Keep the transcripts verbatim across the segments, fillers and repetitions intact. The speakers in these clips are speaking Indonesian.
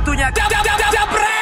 Waktunya jab jab jab jabret.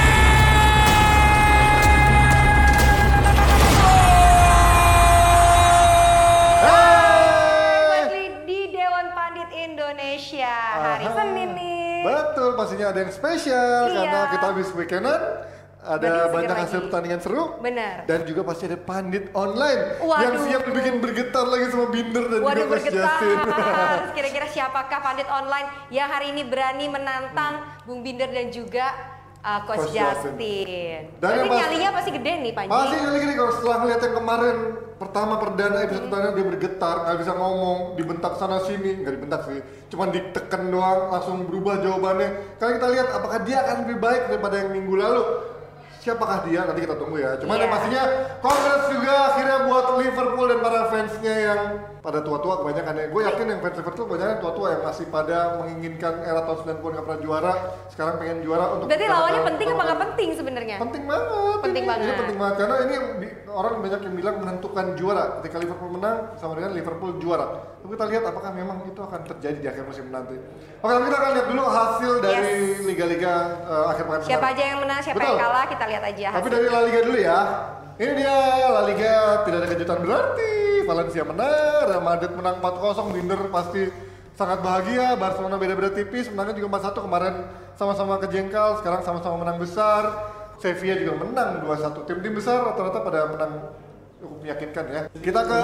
Di Dewan Pandit Indonesia hari Aha. Senin nih. Betul, pastinya ada yang spesial Iya. karena kita habis weekendan. Ada Berarti banyak seger hasil lagi. pertandingan seru. Benar. Dan juga pasti ada pandit online Waduh. yang siap dibikin bergetar lagi sama Binder dan Waduh, juga Coach Justin. bergetar. Kira-kira siapakah pandit online yang hari ini berani menantang Bung Binder dan juga uh, Coach, Coach Justin. Justin. Dan Berarti yang pas- nyalinya pasti gede nih Panji. Pasti kali gini kalau setelah ngeliat yang kemarin pertama perdana episode Hmm. pertama dia bergetar, nggak bisa ngomong, dibentak sana sini, nggak dibentak sih, cuman ditekan doang langsung berubah jawabannya. Kali kita lihat apakah dia akan lebih baik daripada yang minggu lalu. Siapakah dia? Nanti kita tunggu ya. Cuman Iya. yang pastinya congrats juga akhirnya buat Liverpool dan para fansnya yang pada tua-tua kebanyakan ya. Gue yakin yang fans Liverpool kebanyakan tua-tua yang masih pada menginginkan era tahun sembilan puluh nggak pernah juara, sekarang pengen juara untuk. Berarti lawannya para- penting apa para- nggak penting sebenarnya? Penting banget. Penting ini, banget. Ini penting banget karena ini di- orang banyak yang bilang menentukan juara. Ketika Liverpool menang sama dengan Liverpool juara. Tapi kita lihat apakah memang itu akan terjadi di akhir musim nanti. Oke, tapi kita akan lihat dulu hasil dari liga-liga uh, akhir pekan Siapa kemarin. aja yang menang, siapa Betul. yang kalah, kita lihat aja Tapi hasil. dari La Liga dulu ya. Ini dia La Liga, tidak ada kejutan berarti. Valencia menang, Real Madrid menang empat kosong, Binder pasti sangat bahagia. Barcelona beda-beda tipis, menangnya juga empat satu kemarin sama-sama kejengkal, sekarang sama-sama menang besar. Sevilla juga menang dua satu. Tim-tim besar rata-rata pada menang cukup meyakinkan ya. Kita ke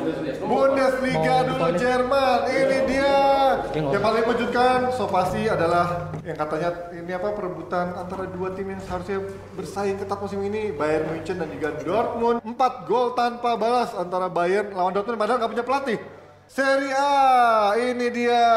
Bundesliga dulu Jerman. Ini dia. Yang paling mengejutkan so pasti adalah yang katanya ini apa perebutan antara dua tim yang seharusnya bersaing ketat musim ini, Bayern Munchen dan juga Dortmund. Empat gol tanpa balas antara Bayern lawan Dortmund padahal nggak punya pelatih. Serie A, ini dia.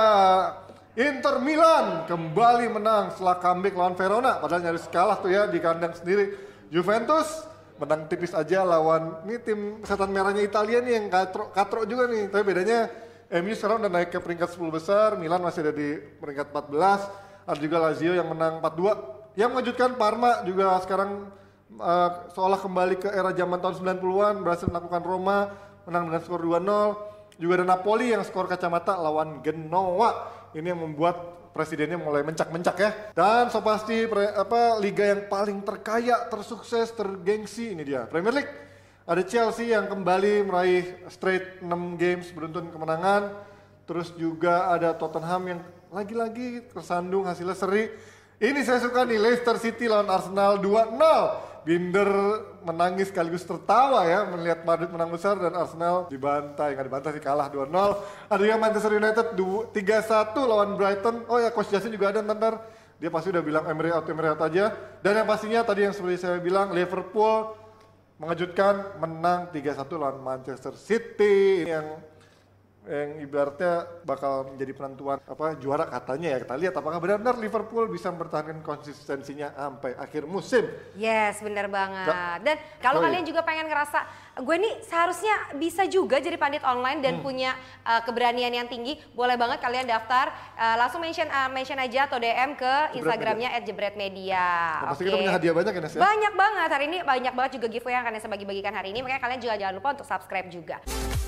Inter Milan kembali menang setelah comeback lawan Verona, padahal nyaris kalah tuh ya di kandang sendiri. Juventus menang tipis aja lawan ini tim setan merahnya Italia nih yang katro, katro juga nih. Tapi bedanya M U sekarang udah naik ke peringkat sepuluh besar, Milan masih ada di peringkat empat belas. Ada juga Lazio yang menang empat dua. Yang mengejutkan Parma juga sekarang uh, seolah kembali ke era zaman tahun sembilan puluhan, berhasil melakukan Roma, menang dengan skor dua nol. Juga ada Napoli yang skor kacamata lawan Genoa. Ini yang membuat presidennya mulai mencak-mencak ya. Dan so pasti pre, apa liga yang paling terkaya, tersukses, tergengsi ini dia. Premier League. Ada Chelsea yang kembali meraih straight enam games beruntun kemenangan. Terus juga ada Tottenham yang lagi-lagi tersandung hasilnya seri. Ini saya suka nih, Leicester City lawan Arsenal dua nol. Binder menangis sekaligus tertawa ya melihat Madrid menang besar dan Arsenal dibantai, nggak dibantai sih, kalah dua nol. Ada yang Manchester United tiga satu lawan Brighton. Oh ya, Coach Justin juga ada ntar. Dia pasti udah bilang Emery out, Emery out aja. Dan yang pastinya tadi yang seperti saya bilang, Liverpool mengejutkan menang tiga satu lawan Manchester City yang yang ibaratnya bakal menjadi penentuan apa juara katanya ya. Kita lihat apakah benar-benar Liverpool bisa mempertahankan konsistensinya sampai akhir musim. Yes, bener banget. Ka- Dan kalau Oh, iya. kalian juga pengen ngerasa, gue nih seharusnya bisa juga jadi pandit online dan Hmm. punya uh, keberanian yang tinggi, boleh banget kalian daftar. Uh, langsung mention uh, mention aja atau D M ke Instagramnya at jebretmedia. Nah, pasti Oke. kita punya hadiah banyak ya Nes ya. Banyak banget, hari ini banyak banget juga giveaway yang akan saya bagi-bagikan hari ini, makanya kalian juga jangan lupa untuk subscribe juga.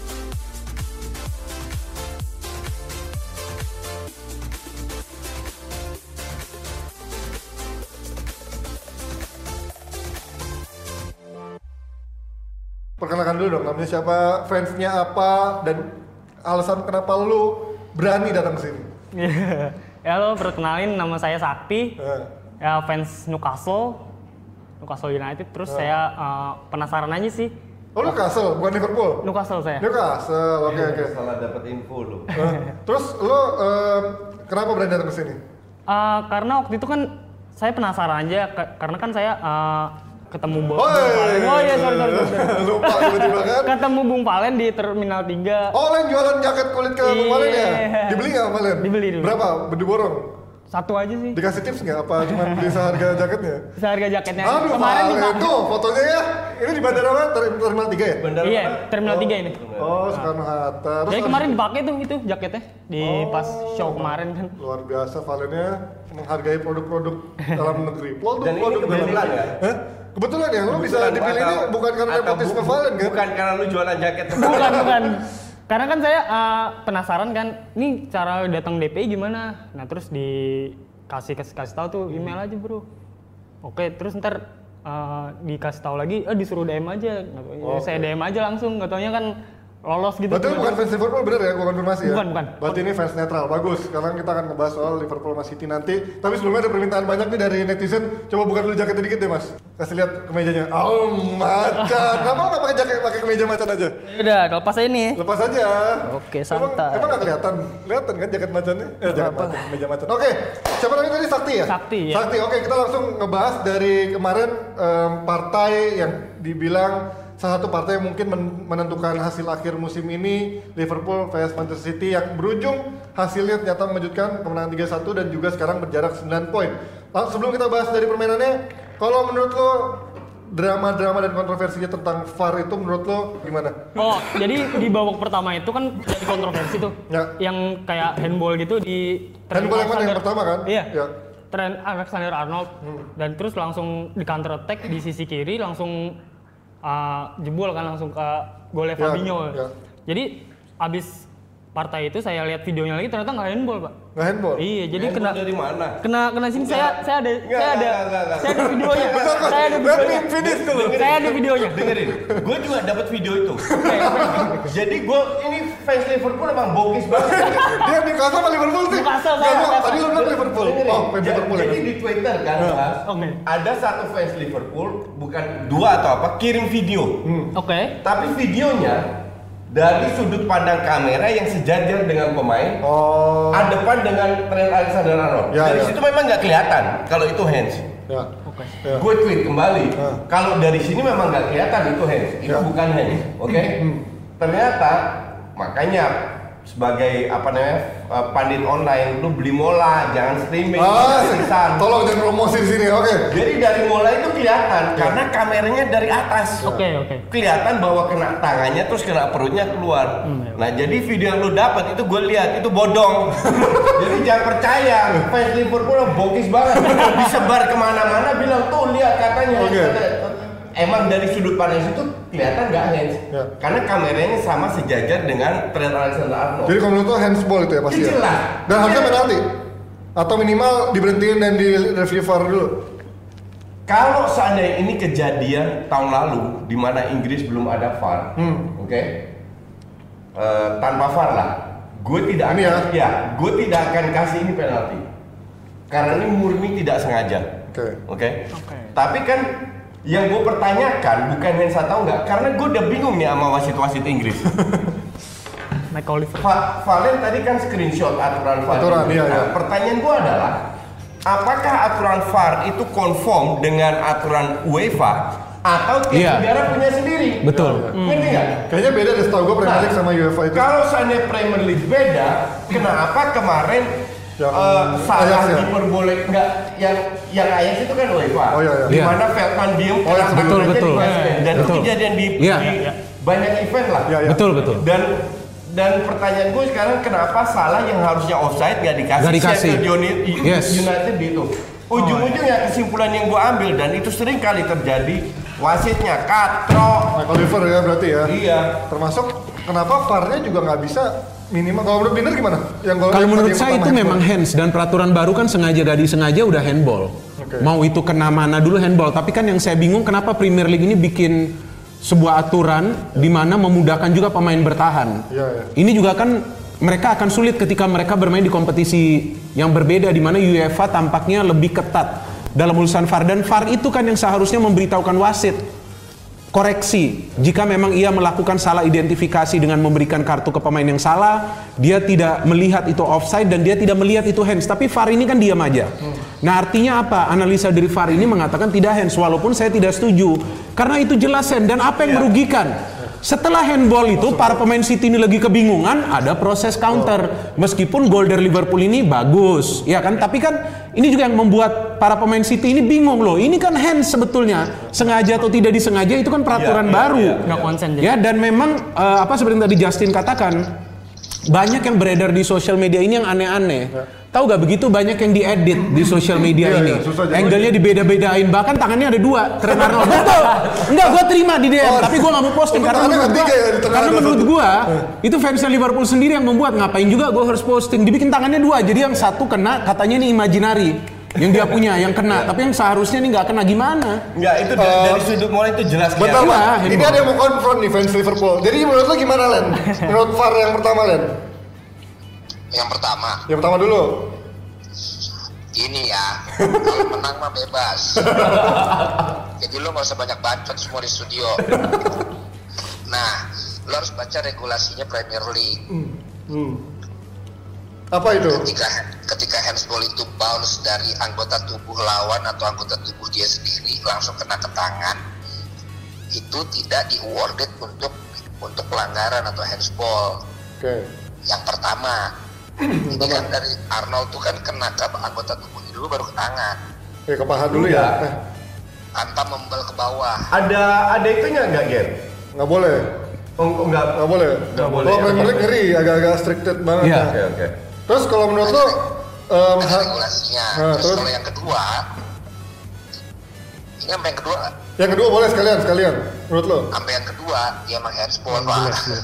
Perkenalkan dulu dong, namanya siapa, fansnya apa, dan alasan kenapa lu berani datang ke sini. Ya lo perkenalin, nama saya Sakti, Eh, ya fans Newcastle, Newcastle United. Terus Oh. saya uh, penasaran aja sih, Oh lu Newcastle, bukan Liverpool? Newcastle saya. Newcastle, oke oke. Salah dapat info lu. Eh, Terus lu eh, kenapa berani datang ke sini? Uh, karena waktu itu kan saya penasaran aja, ke- karena kan saya uh, ketemu Bung Oi. Valen. Oh iya, sorry, sorry, sorry. Lupa tiba-tiba kan? Ketemu Bung Valen di Terminal tiga. Oh, yang jualan jaket kulit ke Bung Valen ya? Iya. Dibeli nggak Valen? Dibeli, dibeli. Berapa? Bedu borong? Satu aja sih, Dikasih tips nggak? Apa cuma beli seharga jaketnya? seharga jaketnya. Aduh, Kemarin Valen, dipakai. tuh fotonya ya. Ini di bandara mana? Ter- Terminal tiga ya? Bandara Iya, mana? Terminal tiga ini. Oh, Soekarno Hatta. Terus Jadi habis kemarin itu- dipakai tuh itu jaketnya di Oh. pas show kemarin kan. luar biasa Valennya menghargai produk-produk dalam negeri. Produk, Dan ini produk dalam kebetulan negeri. ya? Hah? Kebetulan ya, lu bisa Kebetulan dipilih ini atau- bukan karena atau nepotisme bu- Valen kan? Bukan karena lu jualan jaket. Bukan, bukan. Karena kan saya uh, penasaran kan, nih cara datang D P I gimana? Nah terus di kasih kasih kasih tahu tuh email aja bro. Oke, terus ntar uh, dikasih tahu lagi, eh disuruh D M aja. Oh, saya okay. D M aja langsung, nggak taunya kan lolos gitu. Berarti bukan fans Liverpool bener ya, gua konfirmasi ya? Bukan, bukan. Berarti ini fans netral, bagus. Sekarang kita akan ngebahas soal Liverpool sama City nanti. Tapi sebelumnya ada permintaan banyak nih dari netizen. Coba buka dulu jaketnya dikit deh mas. Kasih lihat kemejanya. Oh macan. Kenapa nggak pakai jaket, pakai kemeja macan aja? Udah, lepas aja nih. Lepas aja. Oke, santai. Emang, emang nggak kelihatan? Kelihatan kan jaket macannya? Eh, jaket macan, kemeja macan. Oke, siapa namanya tadi? Sakti ya? Sakti ya. Sakti, oke kita langsung ngebahas dari kemarin um, partai yang dibilang salah satu partai yang mungkin menentukan hasil akhir musim ini, Liverpool versus Manchester City, yang berujung hasilnya ternyata mengejutkan, kemenangan tiga satu dan juga sekarang berjarak sembilan poin. Lalu sebelum kita bahas dari permainannya, kalau menurut lo drama-drama dan kontroversinya tentang V A R itu menurut lo gimana? Oh, jadi di babak pertama itu kan jadi kontroversi tuh, ya. Yang kayak handball gitu di handball yang mana yang pertama kan? Iya. Ya. Trent Alexander-Arnold hmm. dan terus langsung di counter attack di sisi kiri langsung Uh, jebol kan langsung ke golnya Fabinho. Ya, ya. Jadi abis partai itu saya lihat videonya lagi ternyata nggak handball pak. Nggak handball? Iya, jadi handball kena dari mana? Kena kena sini saya saya ada Nggak, saya ada nggak, nggak, nggak. saya ada videonya. Bentar, saya ada videonya. finish dulu. Saya ada videonya. Dengerin, gue juga dapat video itu. Jadi gue ini fans Liverpool emang bokis banget. Dia Newcastle sama Liverpool sih? Newcastle, Nggak, Newcastle. Tadi lo bilang Liverpool. Dengerin, Oh, fans ja- Liverpool ya. Jadi di Twitter kan, Mas, Oke. ada satu fans Liverpool, bukan dua atau apa, kirim video. Oke. Tapi videonya dari sudut pandang kamera yang sejajar dengan pemain, Oh. ada depan dengan Trent Alexander-Arnold. Ya, dari ya. situ memang nggak kelihatan kalau itu hands. Ya. Oke. Ya. Gue tweet kembali, Ya. kalau dari sini memang nggak kelihatan itu hands, itu Ya. bukan hands, oke? Ternyata makanya sebagai apa namanya uh, pandit online, lu beli mola, jangan streaming, Ah, gratisan. tolong jangan promosi di sini. Oke. Jadi dari mola itu kelihatan karena kameranya dari atas. Oke, oke. Kelihatan bahwa kena tangannya terus kena perutnya keluar. Hmm, ya. Nah jadi video yang lu dapat itu gue lihat itu bodong. Jadi jangan percaya, fans Liverpool bokis banget. Disebar kemana-mana bilang tuh lihat katanya. Oke. Emang dari sudut pandang situ kelihatan nggak hands? Ya. Karena kameranya sama sejajar dengan Trent Alexander-Arnold. Jadi kalau menurut lo handsball itu ya pasti ya? Jelas. Dan harusnya penalti? Atau minimal diberhentiin dan di review V A R dulu? Kalau seandainya ini kejadian tahun lalu, di mana Inggris belum ada V A R, Hmm. oke, Eh, tanpa V A R lah, gue tidak Ini akan, ya? ya, gue tidak akan kasih ini penalti, karena ini murni tidak sengaja, Oke. oke. Oke. Tapi kan yang gue pertanyakan bukan hands atau enggak, karena gue udah bingung nih sama wasit-wasit Inggris. Mike Oliver. Va- Valen tadi kan screenshot aturan V A R. Aturan, iya, iya. Nah, pertanyaan gue adalah, apakah aturan V A R itu konform dengan aturan UEFA atau tiap Iya. negara punya sendiri? Betul. Ngerti nggak? Kayaknya beda deh setahu gue Premier Nah, League sama UEFA itu. Kalau seandainya Premier League beda, kenapa kemarin Yang eh, salah Ajax ya? diperboleh nggak yang yang Ajax itu kan UEFA, Oh, iya, iya. di Iya. mana Veltman diem Oh, iya, kena betul, tangannya betul. dikasih. Dan itu Betul. kejadian di, Iya. di banyak event lah. Iya, iya. Betul, betul. Dan dan pertanyaan gue sekarang kenapa salah yang harusnya offside nggak dikasih, Nggak dikasih. Sheffield Uni- U- Yes. United di itu. Ujung-ujungnya kesimpulan yang gue ambil dan itu sering kali terjadi, wasitnya katro. Mike Oliver ya berarti ya. Iya. Termasuk kenapa V A R-nya juga nggak bisa minimal. Kalau menurut Binder gimana? Yang gol- Kalau yang menurut yang saya pertama itu handball. memang hands dan peraturan baru kan sengaja gak disengaja udah handball. Oke. Mau itu kena mana dulu handball. Tapi kan yang saya bingung kenapa Premier League ini bikin sebuah aturan di mana memudahkan juga pemain bertahan. Iya, iya. Ini juga kan mereka akan sulit ketika mereka bermain di kompetisi yang berbeda di mana UEFA tampaknya lebih ketat dalam urusan V A R, dan V A R itu kan yang seharusnya memberitahukan wasit koreksi jika memang ia melakukan salah identifikasi dengan memberikan kartu ke pemain yang salah, dia tidak melihat itu offside dan dia tidak melihat itu hands, tapi V A R ini kan diam aja. Nah artinya apa? Analisa dari V A R ini mengatakan tidak hands, walaupun saya tidak setuju karena itu jelas hand. Dan apa yang merugikan? Setelah handball itu para pemain City ini lagi kebingungan, ada proses counter. Meskipun gol dari Liverpool ini bagus, ya kan? Tapi kan ini juga yang membuat para pemain City ini bingung loh. Ini kan hands sebetulnya, sengaja atau tidak disengaja itu kan peraturan Iya, iya, baru. iya, Nggak konsen jadi. Ya, dan memang eh, apa seperti yang tadi Justin katakan, banyak yang beredar di sosial media ini yang aneh-aneh. Ya. Tahu gak begitu banyak yang diedit di sosial media ya, ini. Ya, angle-nya dibeda-bedain, bahkan tangannya ada dua. Trent Arnold. Betul. Enggak, gue terima di D M, oh, tapi gue gak mau posting karena menurut gue, ya, karena menurut gue itu fansnya Liverpool sendiri yang membuat. Ngapain juga gue harus posting. Dibikin tangannya dua, jadi yang satu kena katanya ini imaginary. Yang dia punya, yang kena, tapi yang seharusnya ini nggak kena gimana? Nggak, itu dari, uh, dari sudut mulai itu jelas. Bentar, ya, ini ada yang mau konfront nih fans Liverpool. Jadi menurut lo gimana, Len? Menurut V A R yang pertama, Len? Yang pertama. Yang pertama dulu. Ini ya, kalau menang mah bebas. Jadi lo nggak usah banyak bacot semua di studio. Nah, lo harus baca regulasinya Premier League. Hmm. Hmm. Apa itu? Ketika ketika handsball itu bounce dari anggota tubuh lawan atau anggota tubuh dia sendiri langsung kena ke tangan, itu tidak di-awarded untuk untuk pelanggaran atau handsball. Oke. Okay. Yang pertama, ini kan dari Arnold tuh kan kena ke anggota tubuhnya dulu baru ke tangan. Oke, ke paha dulu ya. Eh. Tanpa membel ke bawah. Ada ada itunya nggak, Ger? Nggak boleh. Oh, enggak, nggak boleh. Nggak boleh. Kalau Premier League ngeri, agak-agak restricted banget. Iya. Oke, oke. Terus kalau menurut lo um, ada regulasinya. Nah, terus, terus kalau yang kedua, ini sampai yang kedua nggak? Yang kedua boleh sekalian, sekalian. Menurut lo? Sampai yang kedua dia emang handsball pak.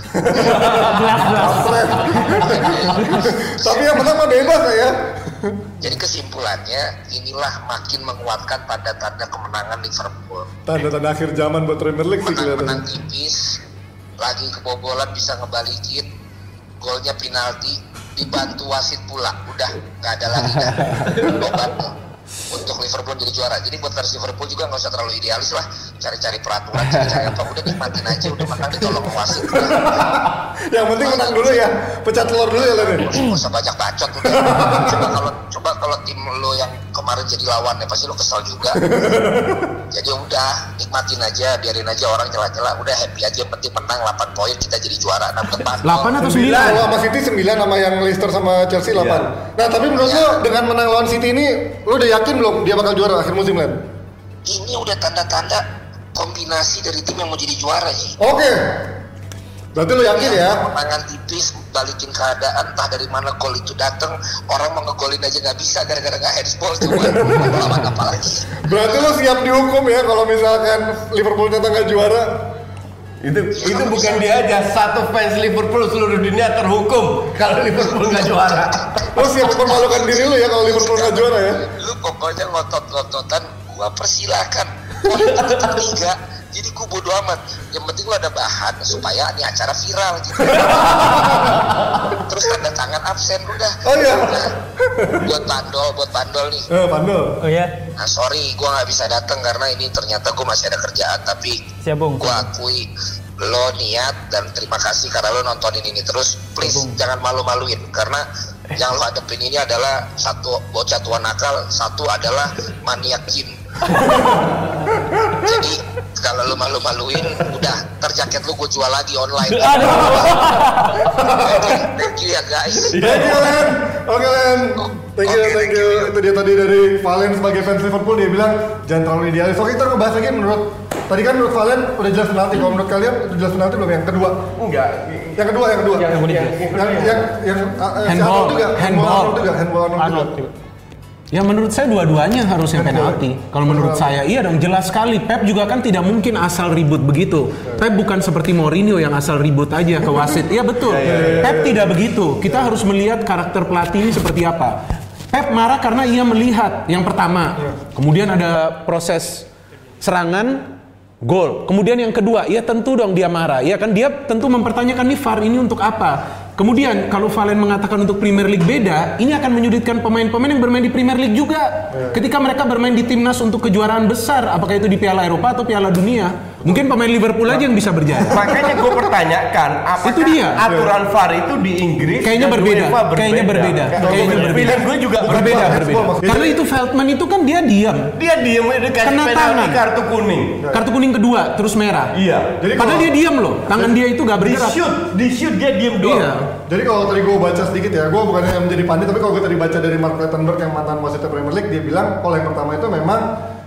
Tapi yang menang mah bebas ya. Jadi kesimpulannya inilah makin menguatkan tanda-tanda kemenangan Liverpool. Tanda-tanda akhir zaman buat Premier League sih kelihatannya. Menang tipis, lagi kebobolan bisa ngebalikin, golnya penalti, dibantu wasit pula, udah nggak ada lagi kan obatnya untuk Liverpool jadi juara. Jadi buat fans Liverpool juga nggak usah terlalu idealis lah, cari-cari peraturan, cari-cari apa, udah nikmatin aja, udah menang ditolong wasit. Yang penting menang dulu ya, pecah telur dulu ya lo nih. Nggak usah banyak bacot udah. Coba kalau coba kalau tim lo yang kemarin jadi lawan ya pasti lo kesal juga. Jadi udah nikmatin aja, biarin aja orang nyela-nyela, udah happy aja, penting menang delapan poin kita jadi juara. Nah, delapan atau sembilan? Kalau sama City sembilan, sama yang Leicester sama Chelsea delapan. Iya. Nah, tapi menurut ya. lo dengan menang lawan City ini lo udah yakin belum dia bakal juara akhir musim, Len? Ini udah tanda-tanda kombinasi dari tim yang mau jadi juara sih. Oke. Okay. Berarti lo yakin ya? Kemenangan tipis, balikin keadaan, entah dari mana gol itu datang, orang mau ngegolin aja nggak bisa gara-gara nggak handsball, coba lawan apa lagi? Berarti lo siap dihukum ya kalau misalkan Liverpool ternyata nggak juara? Itu ya, itu bukan dia aja, satu fans Liverpool seluruh dunia terhukum kalau Liverpool nggak juara. Lo siap mempermalukan diri lo ya kalau Liverpool nggak juara ya? Lu pokoknya ngotot-ngototan, gua persilakan. Oh, tiga. Jadi gue bodo amat, yang penting lo ada bahan supaya ini acara viral gitu. Terus tanda tangan absen udah. Oh iya. Nah, buat Pandol, buat Pandol nih. Eh, Pandol. Oh iya. Nah sorry, gue nggak bisa datang karena ini ternyata gue masih ada kerjaan. Tapi gue akui lo niat dan terima kasih karena lo nontonin ini terus. Please Siapung. Jangan malu-maluin karena eh. yang lo hadapin ini adalah satu bocah tua nakal, satu adalah maniak gym. Jadi kalau lu malu-maluin, udah terjaket lu gue jual lagi online. Okay, thank you ya guys. Thank you Len. Oke Len. Thank you, thank you. Itu dia tadi dari Valen sebagai fans Liverpool, dia bilang jangan terlalu idealis. Oke, kita ngebahas lagi menurut tadi kan menurut Valen udah jelas penalti. Kalau menurut kalian udah jelas penalti belum? Yang kedua? Enggak. Yang kedua, yang kedua. Yang kedua. Yang yang yang, yang uh, handball juga. Handball juga. Handball Arnold juga. Ya menurut saya dua-duanya harusnya penalti. Kalau menurut saya iya dong, jelas sekali. Pep juga kan tidak mungkin asal ribut begitu. Pep bukan seperti Mourinho yang asal ribut aja ke wasit. Iya betul. Pep tidak begitu. Kita harus melihat karakter pelatih ini seperti apa. Pep marah karena ia melihat yang pertama. Kemudian ada proses serangan, gol. Kemudian yang kedua, ya tentu dong dia marah. Ya kan dia tentu mempertanyakan nih V A R ini untuk apa. Kemudian kalau Valen mengatakan untuk Premier League beda, ini akan menyudutkan pemain-pemain yang bermain di Premier League juga. Ketika mereka bermain di timnas untuk kejuaraan besar, apakah itu di Piala Eropa atau Piala Dunia, mungkin pemain Liverpool aja yang bisa berjaya. Makanya gue pertanyakan, apakah itu dia. aturan V A R itu di Inggris kayaknya berbeda. berbeda. Kayaknya berbeda. Kayaknya berbeda. Pilihan gue juga berbeda. berbeda. Karena itu Veltman itu kan dia diam. Dia diam, dia dikasih penalti kartu kuning. Kartu kuning kedua, terus merah. Iya. Jadi padahal dia diam loh. Tangan dia itu gak bergerak. Di shoot, di shoot dia diam doang. Iya. Jadi kalau tadi gue baca sedikit ya, gue bukan yang menjadi pandit, tapi kalau gue tadi baca dari Mark Clattenburg yang mantan wasit Premier League, dia bilang kalau yang pertama itu memang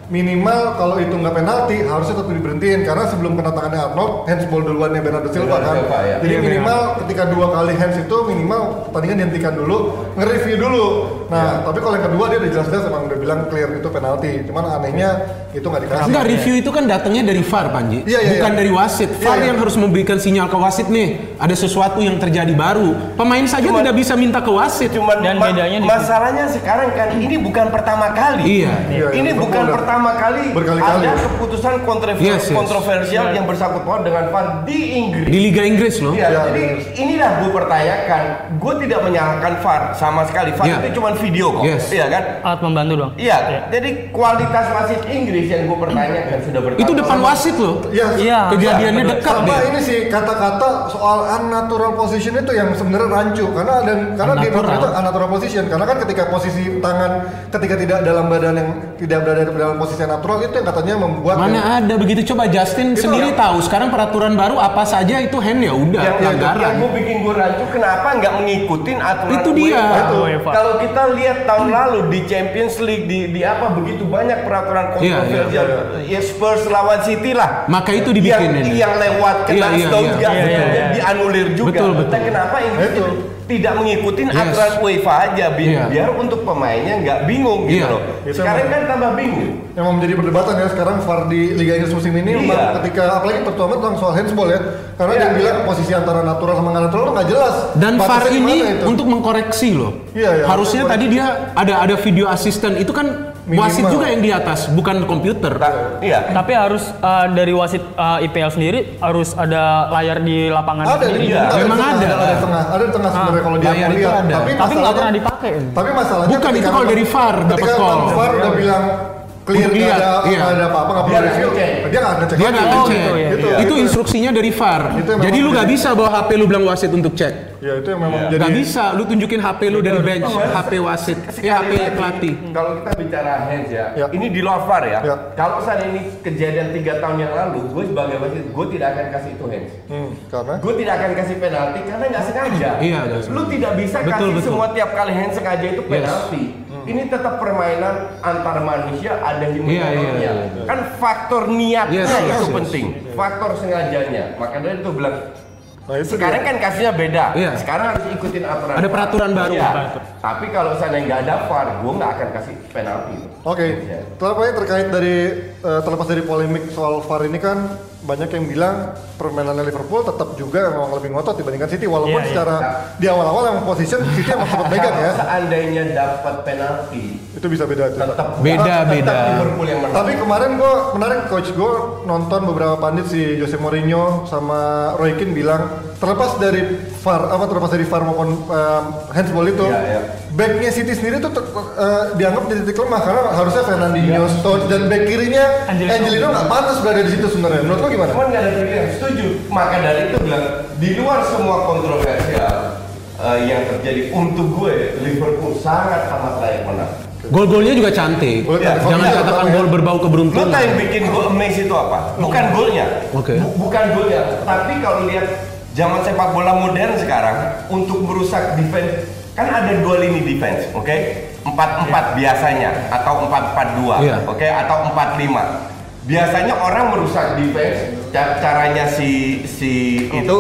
minimal kalau itu nggak penalti harusnya tetap diberhentiin karena sebelum kena tangannya Arnold handsball duluannya Bernardo Silva kan. Silva, ya. Jadi Iya, minimal ketika dua kali hands itu minimal pertandingan dihentikan dulu, nge-review dulu. Nah, tapi kalau yang kedua dia udah jelas-jelas emang udah bilang clear itu penalti. Cuman anehnya itu nggak dikasih. Enggak, review itu kan datangnya dari V A R, Panji. Iya, iya, Bukan iya. dari wasit. V A R Iya, iya. yang harus memberikan sinyal ke wasit nih, ada sesuatu yang terjadi baru. Pemain saja Cuman- tidak bisa minta ke wasit. Cuman Dan ma- bedanya di masalahnya sekarang kan ini bukan pertama kali. Iya. Iya, Ini iya, bukan betul. pertama kali Berkali-kali. ada keputusan kontrover- Yes, yes. kontroversial yang bersangkut paut dengan V A R di Inggris. Di Liga Inggris loh. Iya, Ya, jadi inilah gue pertanyakan. Gue tidak menyalahkan V A R sama sekali. V A R Ya. itu cuma video kok, Yes. iya kan? Alat membantu doang. Iya, jadi kualitas wasit Inggris yang gue pertanyakan sudah bertahun. Itu depan wasit loh. Iya. Iya. Kejadiannya betul. dekat Sama deh. ini sih kata-kata soal unnatural position itu yang sebenarnya rancu karena ada karena di Unnatural. itu unnatural position karena kan ketika posisi tangan ketika tidak dalam badan yang tidak berada dalam posisi yang natural itu yang katanya membuat Mana ada begitu, coba Justin Itu sendiri ya. tahu. Sekarang peraturan baru apa saja itu hand ya udah yang, yang, pelanggaran. yang gue bikin gue rancu kenapa nggak mengikutin aturan Itu dia. UEFA? Itu UEFA. Kalau kita lihat tahun lalu di Champions League di, di apa begitu banyak peraturan Iya, kontroversial ya Spurs lawan City lah. Maka itu dibikin yang, ini. yang lewat kena Iya, iya, Stones iya. gas Iya, iya, iya. dianulir juga. Betul, betul. Nah, kenapa Inggris Betul. tidak mengikutin Yes. aturan UEFA aja bi- Iya. biar untuk pemainnya nggak bingung gitu Iya. loh. Itu Sekarang emang- kan tambah bingung. yang mau menjadi perdebatan ya sekarang V A R di Liga Inggris musim ini Iya. memang ketika apalagi terutama tentang soal handsball ya karena Iya, dia bilang iya. posisi antara natural sama nggak natural nggak jelas Dan V A R Batasnya ini gimana itu? untuk mengkoreksi loh. Iya, iya, Harusnya untuk tadi dia ada ada video asisten itu kan Minimal. wasit juga yang di atas, bukan komputer. Nah, iya. Tapi harus uh, dari wasit uh, I P L sendiri harus ada layar di lapangan ada sendiri. di, Iya. ada, Memang di tengah, ada. ada di tengah ada di tengah sebenarnya kalau dia layar mau itu lihat ada. tapi Tapi nggak masalahnya pernah dipakai. tapi masalahnya Bukan, ketika itu kalau dari V A R dapat ketika call. V A R udah bilang clear Untuk nggak lihat, ada iya. nggak ada apa-apa nggak Dia perlu nggak review ngecek. dia nggak ngecek Dia lagi. nggak Oh, ngecek. gitu ya. Gitu. Itu Gitu. instruksinya dari V A R. Itu yang Jadi memang lu nggak jadi- bisa bawa H P lu bilang wasit untuk cek. ya itu yang memang jadi Nggak bisa, lu tunjukin H P lu dari bench, H P wasit, eh H P pelatih. Kalau kita bicara hands ya, Ya. ini di luar V A R ya. Ya. Kalau saat ini kejadian tiga tahun yang lalu, gue sebagai wasit, gue tidak akan kasih itu hands. hmm, karena Gue tidak akan kasih penalti karena nggak sengaja. Iya, nggak sengaja. Lu tidak bisa Betul, kasih betul. semua tiap kali hands sengaja itu penalti. Ini tetap permainan antar manusia, ada human Iya, iya, error-nya. iya. Kan faktor niatnya Yes, yes, itu yes. penting, faktor sengajanya. Makanya itu bilang nah itu sekarang kan kasusnya beda. Iya. Sekarang harus ikutin aturan. Ada peraturan baru. Iya. Tapi kalau seandainya nggak ada V A R, gue nggak akan kasih penalti. Oke, Ya. terlepas terkait dari eh, terlepas dari polemik soal V A R ini kan banyak yang bilang permainannya Liverpool tetap juga memang lebih ngotot dibandingkan City walaupun Iya, iya. secara di awal-awal yang position City emang sempat megang Kalau ya. seandainya dapat penalti, Itu bisa beda itu. tetap Beda, tetap beda. Liverpool yang menang. Tapi kemarin gue menarik coach gue nonton beberapa pandit si Jose Mourinho sama Roy Keane bilang terlepas dari V A R apa terlepas dari V A R maupun um, handsball itu Iya, iya. backnya City sendiri tuh ter- eh, dianggap jadi titik lemah karena harusnya Fernandinho, Stones dan back kirinya Angelino. Angelino nggak pantas berada di situ sebenarnya. Menurut lo gimana? Cuman nggak ada pilihan, setuju. Maka dari itu bilang di luar semua kontroversial eh, yang terjadi untuk gue, Liverpool sangat amat layak menang. Gol-golnya juga cantik. Gol Ya, cantik. Jangan Iya, katakan pertama ya. gol berbau Lo keberuntungan. tau yang bikin gue amazed itu apa? Bukan golnya. Oke. Bu- bukan golnya, tapi kalau lihat zaman sepak bola modern sekarang untuk merusak defense kan ada dua lini defense, oke? empat empat biasanya atau empat empat dua, Iya. oke? Atau empat lima. Biasanya orang merusak defense ca- caranya si si itu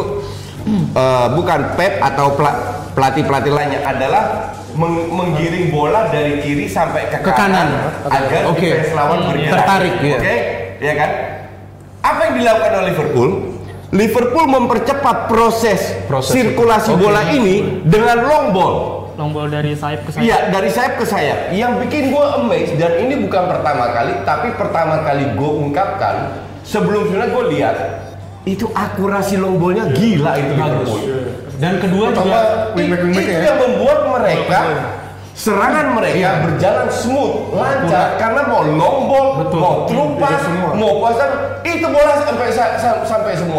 eh, bukan Pep atau pela- pelatih-pelatih lainnya adalah meng- menggiring bola dari kiri sampai ke, Ke kanan. agar Oke. defense lawan bergerak. Tertarik, iya. Oke, ya kan? Apa yang dilakukan oleh Liverpool? Liverpool mempercepat proses, Proses sirkulasi itu. Oke. bola ini dengan long ball. Long ball dari sayap ke sayap. Iya, dari sayap ke sayap. Yang bikin gue amazed dan ini bukan pertama kali, tapi pertama kali gue ungkapkan. Sebelum-sebelumnya gue lihat itu akurasi long ballnya gila itu Liverpool. Dan kedua Tambah juga wingback Itu wingback ya. yang membuat mereka serangan mereka Iya. berjalan smooth, lancar karena mau long ball, Betul. mau through pass, Bisa semua. mau pasang itu bola sampai sa- sa- sampai semua.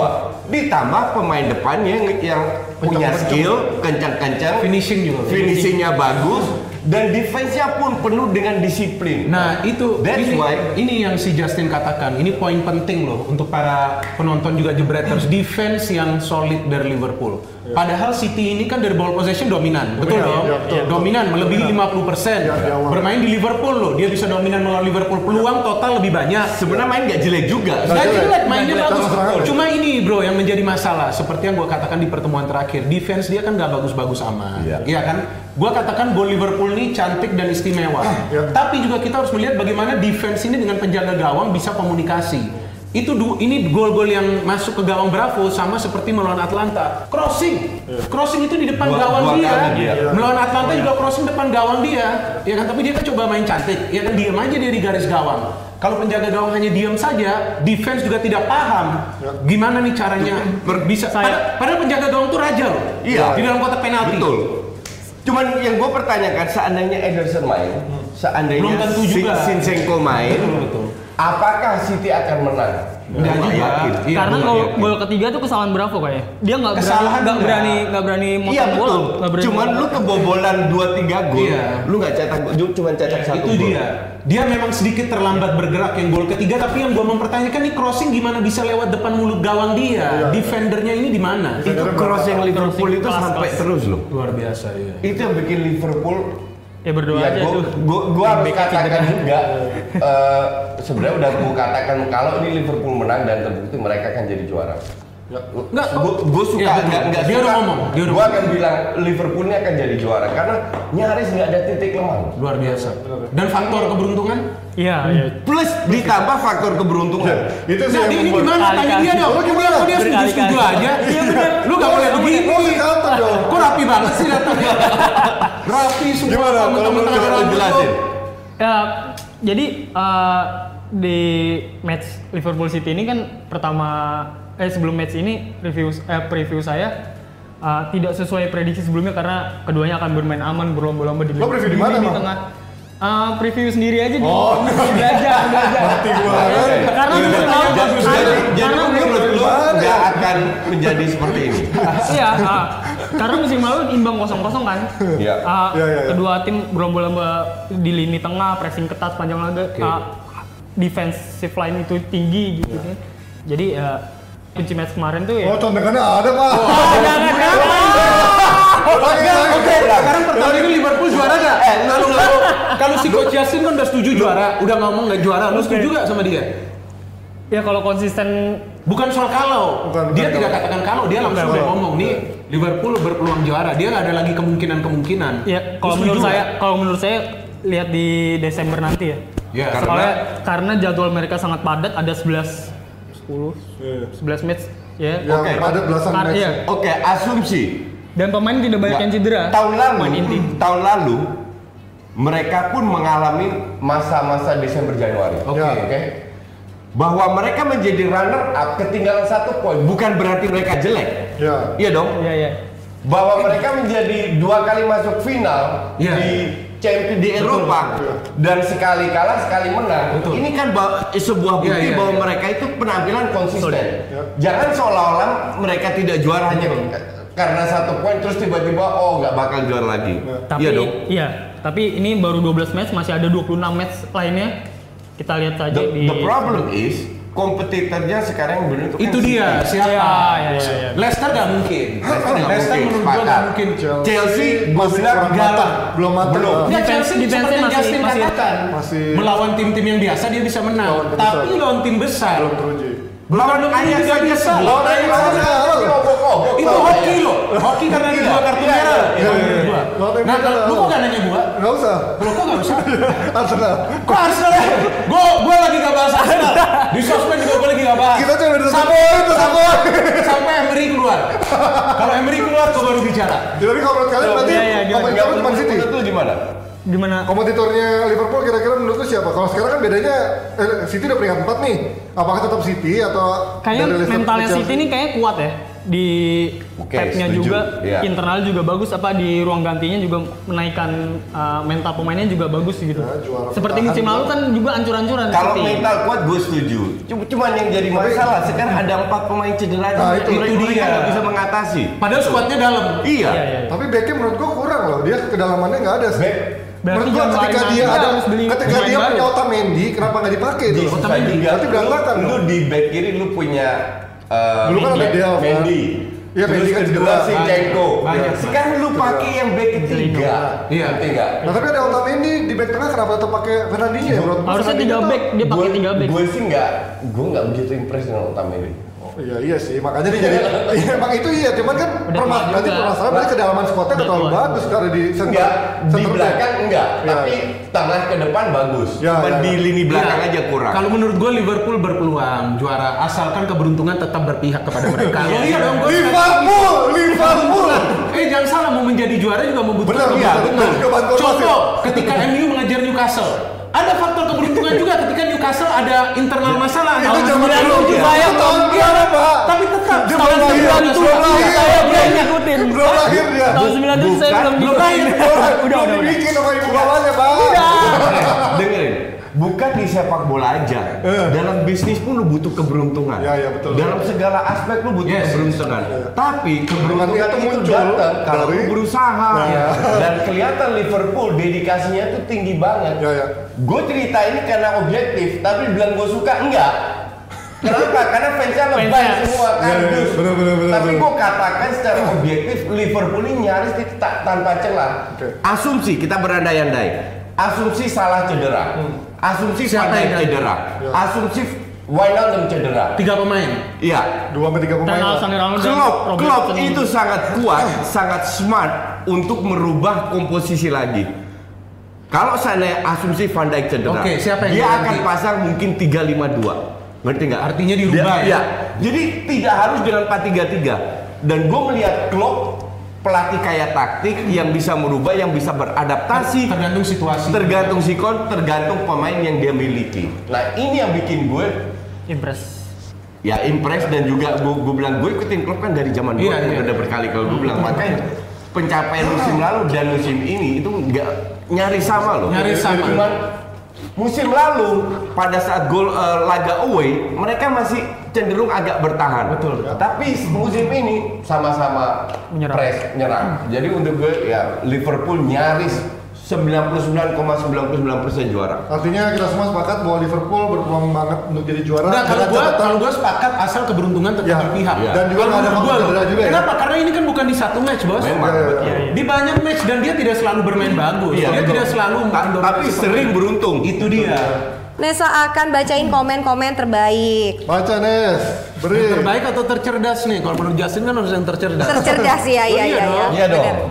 Ditambah pemain depannya yang, yang punya skill, kencang-kencang, Finishing juga. finishingnya bagus, dan defense-nya pun penuh dengan disiplin. Nah itu That's ini, why- ini yang si Justin katakan. Ini poin penting loh untuk para penonton juga Jebreters. Defense yang solid dari Liverpool. Padahal City ini kan dari ball possession dominan, betul Iya, dong? iya, betul, Dominan melebihi lima puluh persen. Iya, di awal. Bermain di Liverpool loh, dia bisa dominan melawan Liverpool. Peluang total lebih banyak. Sebenarnya main nggak jelek juga. Gak jelek. jelek, mainnya Nggak jelek. bagus. Terus terang. Cuma ini bro yang menjadi masalah. Seperti yang gue katakan di pertemuan terakhir, defense dia kan gak bagus-bagus amat. Iya. Iya kan? Gue katakan gol Liverpool ini cantik dan istimewa. Iya. Tapi juga kita harus melihat bagaimana defense ini dengan penjaga gawang bisa komunikasi. Itu du- ini gol-gol yang masuk ke gawang Bravo sama seperti melawan Atlanta. Crossing, crossing itu di depan Dua- gawang dua dia. kali dia. Melawan Atlanta juga crossing depan gawang dia. Ya kan? Tapi dia kan coba main cantik. Ya kan diam aja dia di garis gawang. Kalau penjaga gawang hanya diam saja, defense juga tidak paham gimana nih caranya bisa. Padahal, padahal penjaga gawang tuh raja loh. Iya. Di dalam kotak penalti. Betul. Cuman yang gue pertanyakan, seandainya Ederson main, seandainya Belum tentu Sin- juga. Zinchenko main, Betul, betul. apakah City akan menang? Enggak Gua juga. yakin. Iya, Karena gua gol yakin. gol ketiga tuh kesalahan Bravo kayaknya. Dia nggak berani Kesalahan nggak enggak. berani nggak berani motong Iya bola. betul. nggak berani Cuman lu kebobolan dua tiga gol, Iya. lu nggak cetak, ju- cuman cetak satu Itu gol. dia. Dia memang sedikit terlambat bergerak yang gol ketiga, tapi yang gua mempertanyakan nih crossing gimana bisa lewat depan mulut gawang dia? Defendernya ini di mana? Itu cross yang Liverpool itu kelas, sampai kelas. terus loh. Luar biasa ya. Itu yang bikin Liverpool. ya berdoa Ya, aja gua, tuh. gua, gua harus katakan juga. eh, Sebenarnya udah gua katakan kalau ini Liverpool menang dan terbukti mereka akan jadi juara. Enggak, Gue gue suka Iya, betul. nggak nggak Dia suka. udah ngomong, dia udah Gue akan bilang Liverpool ini akan jadi juara karena nyaris nggak ada titik lemah. luar biasa. Dan faktor keberuntungan? Iya, iya. Plus ditambah faktor keberuntungan. Itu sih Nah, yang ini membuat- gimana? Tanya dia dong. Lu gimana? Kok dia setuju-setuju Berkali-kali. aja? Lu gak boleh begini. Lu harus counter dong. Kok rapi banget sih datangnya? Rapi semua. Gimana? sama Kalau temen-temen menurut ada lu rambut jelasin. tuh. Ya, jadi eh, di match Liverpool City ini kan pertama eh sebelum match ini review eh, preview saya eh, tidak sesuai prediksi sebelumnya karena keduanya akan bermain aman berlomba-lomba di Lo preview di mana, Bang? tengah. Eh, preview sendiri aja di Oh. belajar belajar. Mati gua kan. Karena musim lalu Jadi karena, jadi karena musim menurut lu nggak akan menjadi seperti ini. iya ah, karena musim lalu imbang kosong kosong kan. Iya. Ah, Iya, iya, iya. kedua tim berlomba-lomba di lini tengah, pressing ketat panjang laga, ah, defensive line itu tinggi gitu kan. Jadi ya kunci match kemarin tuh ya. Oh, contekannya ada, Pak. jangan Oke, Oke, sekarang pertama ini Liverpool juara gak? Eh, lalu lalu. Kalau si Coach Justin kan udah setuju juara, udah ngomong nggak juara, lu setuju gak sama dia? Ya kalau konsisten Bukan soal kalau, Bukan, dia bukan tidak kalau. katakan kalau, dia langsung Bukan udah kalau. ngomong nih Liverpool berpeluang juara, dia nggak ada lagi kemungkinan-kemungkinan. ya kalau Lu menurut setuju saya nggak? kalau menurut saya lihat di Desember nanti ya. Ya, Karena- Soalnya karena jadwal mereka sangat padat, ada sebelas sepuluh Iya. sebelas match ya. Yang Oke. ada belasan Kar- match. iya. Oke, asumsi. Dan pemain tidak banyak Nggak. yang cedera. Tahun lalu, Pemain inti. tahun lalu mereka pun mengalami masa-masa Desember Januari. Oke. Ya. Oke. Bahwa mereka menjadi runner up ketinggalan satu poin bukan berarti mereka jelek. Ya. Iya dong. Iya iya. Bahwa mereka menjadi dua kali masuk final Iya. di Champions di Eropa dan sekali kalah sekali menang. Betul. Ini kan ba- sebuah bukti Iya, iya, bahwa iya. mereka itu penampilan konsisten. Ya. Jangan seolah-olah mereka tidak juara hanya karena satu poin terus tiba-tiba oh nggak bakal juara lagi. Tapi Iya dong. iya, tapi ini baru dua belas match, masih ada dua puluh enam match lainnya. Kita lihat saja The, di the problem is kompetitornya sekarang benar Itu dia, siapa? Iya, iya, iya, iya. Leicester gak mungkin. Leicester nggak Leicester mungkin, menurut gua sepakat. gak mungkin. Chelsea gue Masih bilang kurang galah. matang, belum matang. Belum. Ah. Ya Defense- Chelsea defense-nya seperti yang masih- Justin masih- katakan, masih- melawan tim-tim yang biasa dia bisa menang. Lawan tim Tapi besar. lawan tim besar, Belum teruji. lawan tim Ajax tidak aja bisa. sebelum Lawan Ajax Ajax aja. aja diobok-obok. Itu hoki loh, hoki karena ada Iya, dua kartu iya, merah. iya, Ya, iya, menurut iya. gua. Lawan tim Nah, merah. lu kok gak nanya gua? Nggak usah. Lu kok gak usah? Arsenal. Kok Arsenal ya? Gua, gua lagi gak bahas Arsenal. Di sosmed juga gua lagi gak bahas. Kita cuma beda satu Sampai poin tuh, satu poin. Sampai Emery keluar. Kalau Emery keluar, gua baru bicara. Jadi kalau menurut kalian berarti Iya, iya, gimana? kompetitornya cuma City. Itu gimana? gimana? Kompetitornya Liverpool kira-kira menurut lu siapa? Kalau sekarang kan bedanya eh, City udah peringkat empat nih. Apakah tetap City atau Kayaknya dari Leicester mentalnya ke City Chelsea? ini kayak kuat ya di Oke, Pep-nya setuju. juga, Iya. internal juga bagus, apa di ruang gantinya juga menaikkan uh, mental pemainnya juga bagus gitu. Ya, juara Seperti bertahan musim lalu kan juga ancur-ancuran. Kalau City. mental kuat gue setuju. Cuma cuman yang jadi masalah sekarang ada empat pemain cedera. Nah, itu- Mereka itu dia. nggak bisa mengatasi. Padahal skuadnya dalam. Iya. Iya, iya, iya. Tapi backnya menurut gua kurang loh, dia kedalamannya nggak ada sih. Back. Berarti Menurut gua jangan ketika main dia Anda ada, harus beli ketika pemain dia baru. punya Otamendi, kenapa nggak dipakai Di tuh? susah juga. Berarti berantakan Lu, lu dong. di back kiri lu punya uh, Dulu kan ada Mendy. Delph, kan? Mendy. Iya, Terus Mendy kan kedua cedera. Zinchenko. Banyak. Sekarang lu pakai yang back ketiga. Iya. Ngerti nggak? Nah tapi ada Otamendi di back tengah, kenapa tetap pakai Fernandinho ya bro? Harusnya tiga back, dia pakai Gua- tiga back. Gue sih nggak, gue nggak begitu impress dengan Otamendi. Iya iya sih, makanya dia jadi, iya emang itu iya, cuman kan Udah permas tua nanti juga. permasalahan berarti kedalaman squadnya Udah terlalu tua. bagus kalau di center, Enggak, di center back. belakang enggak, Iya. tapi tengah ke depan bagus. Ya, Cuman ya, di ya. lini belakang Iya. aja kurang. Kalau menurut gue Liverpool berpeluang juara asalkan keberuntungan tetap berpihak kepada mereka. Oh iya dong. gua- Liverpool, Liverpool. Eh jangan salah, mau menjadi juara juga membutuhkan. Benar, Iya, benar, betul. benar. Juga bantuan Contoh, wasit. ketika M U mengejar Newcastle, ada faktor keberuntungan juga ketika Newcastle ada internal masalah. Itu Tahun zaman sembilan puluh dulu, tujuh ya. saya Itu tahun Iya, berapa, Pak? tapi tetap Dia tahun belum lahir. sembilan puluh tujuh Belum lahir. Saya belum ngikutin. Belum lahir dia. Tahun sembilan puluh tujuh saya Bukan, belum belum lahir. ngikutin. Udah, udah, udah. Dibikin sama ibu bapaknya Pak. Dengerin, bukan di sepak bola aja. Dalam bisnis pun lu butuh keberuntungan. Ya, ya, betul. Dalam segala aspek lu butuh Yes. keberuntungan. Tapi keberuntungan Keberuntungan itu muncul datang kalau dari- lu berusaha. Dan kelihatan Liverpool dedikasinya tuh tinggi banget. Ya, ya. Gue cerita ini karena objektif, tapi bilang gue suka enggak. Kenapa? Karena fansnya lebay Fansnya. semua Ya, ya, kardus. bener, bener, bener, Tapi bener. gue katakan secara objektif Liverpool ini nyaris di- ta- tanpa celah. Oke. Asumsi kita berandai-andai. Asumsi salah cedera. Asumsi Siapa Van Dijk yang cedera. Ya. Asumsi Wijnaldum cedera. Tiga pemain. Iya. Dua sampai tiga pemain. Ten Hag, Pak. Alexander-Arnold dan Klopp, Robertson. Klopp itu sangat kuat, sangat smart untuk merubah komposisi lagi. Kalau saya asumsi Van Dijk cedera, Oke, siapa yang dia ganti? akan pasang mungkin tiga lima dua. Ngerti nggak? Artinya dirubah Dia- ya? Iya. Jadi tidak harus dengan empat tiga tiga. Dan gue melihat Klopp pelatih kayak taktik yang bisa merubah, yang bisa beradaptasi. Tergantung situasi. Tergantung sikon, tergantung pemain yang dia miliki. Nah ini yang bikin gue Impress. ya impress dan juga gue, gue bilang gue ikutin klub kan dari zaman Iya, dulu iya. udah berkali-kali gue bilang makanya pencapaian musim lalu dan musim ini itu nggak nyaris sama loh. Nyaris sama. Cuman musim lalu pada saat gol eh, laga away mereka masih cenderung agak bertahan. Betul. Tapi musim ini sama-sama Menyerang. press nyerang. Jadi untuk gue ya Liverpool nyaris sembilan puluh sembilan koma sembilan puluh sembilan persen juara. Artinya kita semua sepakat bahwa Liverpool berpeluang banget untuk jadi juara. Nah, kalau dengan gua catatan- kalau gua sepakat asal keberuntungan tetap Ya. berpihak. Ya. Dan juga Kalau nggak ada menurut gua faktor loh. cedera juga ya. Kenapa? Karena ini kan bukan di satu match, Bos. Memang. Iya, iya, betul. iya. Di banyak match dan dia tidak selalu bermain bagus. Iya, dia betul. tidak selalu Ta- mendominasi tapi sering permainan. beruntung. Itu dia. Nesa akan bacain komen-komen terbaik. Baca Nes, beri. Yang terbaik atau tercerdas nih? Kalau menurut Justin kan harus yang tercerdas. Tercerdas ya, Oh, iya, iya, dong. iya. Iya dong. Bener.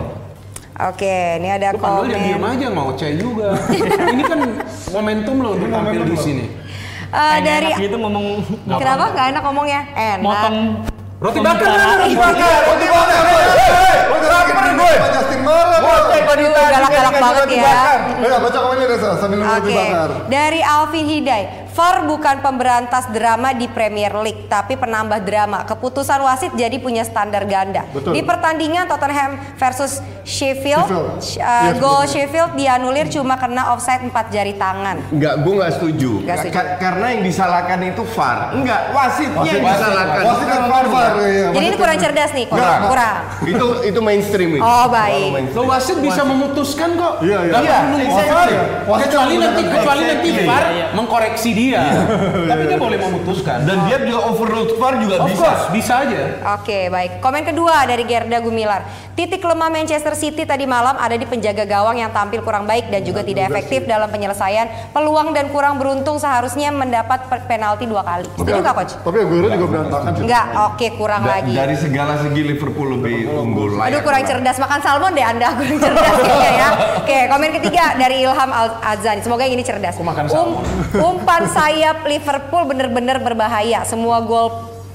Oke, ini ada Lu panggil jangan diem komen. aja ngoceh juga. Ini kan momentum lo untuk tampil di sini. Eh, dari Enak gitu ngomong kenapa nggak enak ngomongnya? Enak. motong Roti bakar mana? pembicaraan. Roti bakar. Roti bakar, woi. Oh, jangan gue. Pak Justin marah. Goceng kok Aduh, ditanya, galak-galak dikasih banget roti ya. bakar. Eh, baca komennya Nesa sambil nunggu roti Oke, bakar. dari Alvin Hidai. V A R bukan pemberantas drama di Premier League, tapi penambah drama. Keputusan wasit jadi punya standar ganda. Betul. Di pertandingan Tottenham versus Sheffield, Sheffield. sh- uh, Yes, gol betul. Sheffield dianulir cuma karena offside empat jari tangan. Enggak, gue nggak setuju. Nggak setuju. Ka- karena yang disalahkan itu V A R. Enggak, wasitnya Wasit, yang disalahkan. Wasit bukan kan V A R. var, iya. Jadi ini Wasit kurang kan- cerdas nih, kurang. Kurang. kurang. Itu itu mainstream itu. Oh, baik. Terlalu mainstream. Lo wasit bisa memutuskan kok. Iya, iya. Nggak Iya, perlu nunggu exactly. V A R. Wasit Kecuali kan nanti menggunakan kecuali nanti exactly. V A R Iya, iya. mengkoreksi dia. Tapi dia boleh memutuskan. Dan dia juga overload V A R juga Of bisa. course, bisa aja. Oke, baik. Komen kedua dari Gerda Gumilar. Titik lemah Manchester City tadi malam ada di penjaga gawang yang tampil kurang baik dan juga tidak efektif dalam penyelesaian peluang dan kurang beruntung seharusnya mendapat pe- penalti dua kali. Setuju nggak, Coach? Tapi Aguero juga berantakan sih. Enggak, oke kurang Da- lagi. Dari segala segi Liverpool lebih unggul. Aduh layak kurang menang. cerdas, makan salmon deh Anda, kurang cerdas kayaknya ya. Oke, komen ketiga dari Ilham Al Azani. Semoga yang ini cerdas. Aku makan Um- umpan sayap Liverpool bener-bener berbahaya. Semua gol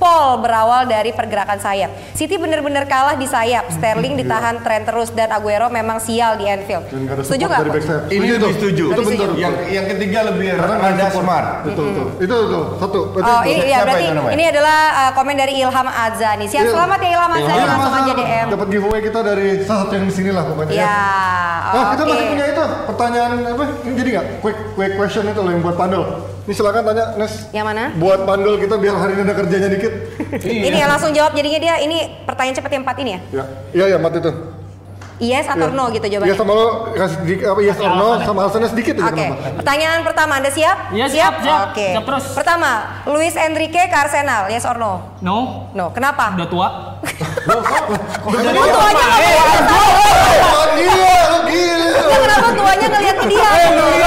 Paul berawal dari pergerakan sayap. City benar-benar kalah di sayap. Sterling ditahan tren terus dan Aguero memang sial di Anfield. Setuju nggak? Ini itu setuju. Itu betul. Yang yang ketiga lebih Karena rada smart. Betul betul. Itu tuh satu. Berarti Oh itu. iya, Siapa berarti itu namanya? ini adalah uh, komen dari Ilham Azani. Siap, Iya. selamat ya Ilham Azani, Iya, langsung aja D M. Dapat giveaway kita dari salah satu yang di sini lah pokoknya. Ya, Nah, kita oke. masih punya itu pertanyaan apa? Ini jadi nggak? Quick quick question itu loh yang buat Pandol. Ini silakan tanya Nes. Yang mana? Buat Pandol kita biar hari ini ada kerjanya dikit. Ini ya langsung jawab jadinya dia. Ini pertanyaan cepat yang empat ini ya. Ya, iya ya mat itu. Yes atau Iya. no gitu Iya jawabannya. sama lo kasih di, apa yes or no sama alasannya sedikit aja. Oke, kenapa. pertanyaan pertama, Anda siap? Iya, siap, siap. Oke. Siap terus. Pertama, Luis Enrique ke Arsenal, yes or no? No, No, kenapa? udah tua. Oh, tuanya nggak boleh. Oh, gila, lo gila. Ya, kenapa tuanya ngeliat ke dia?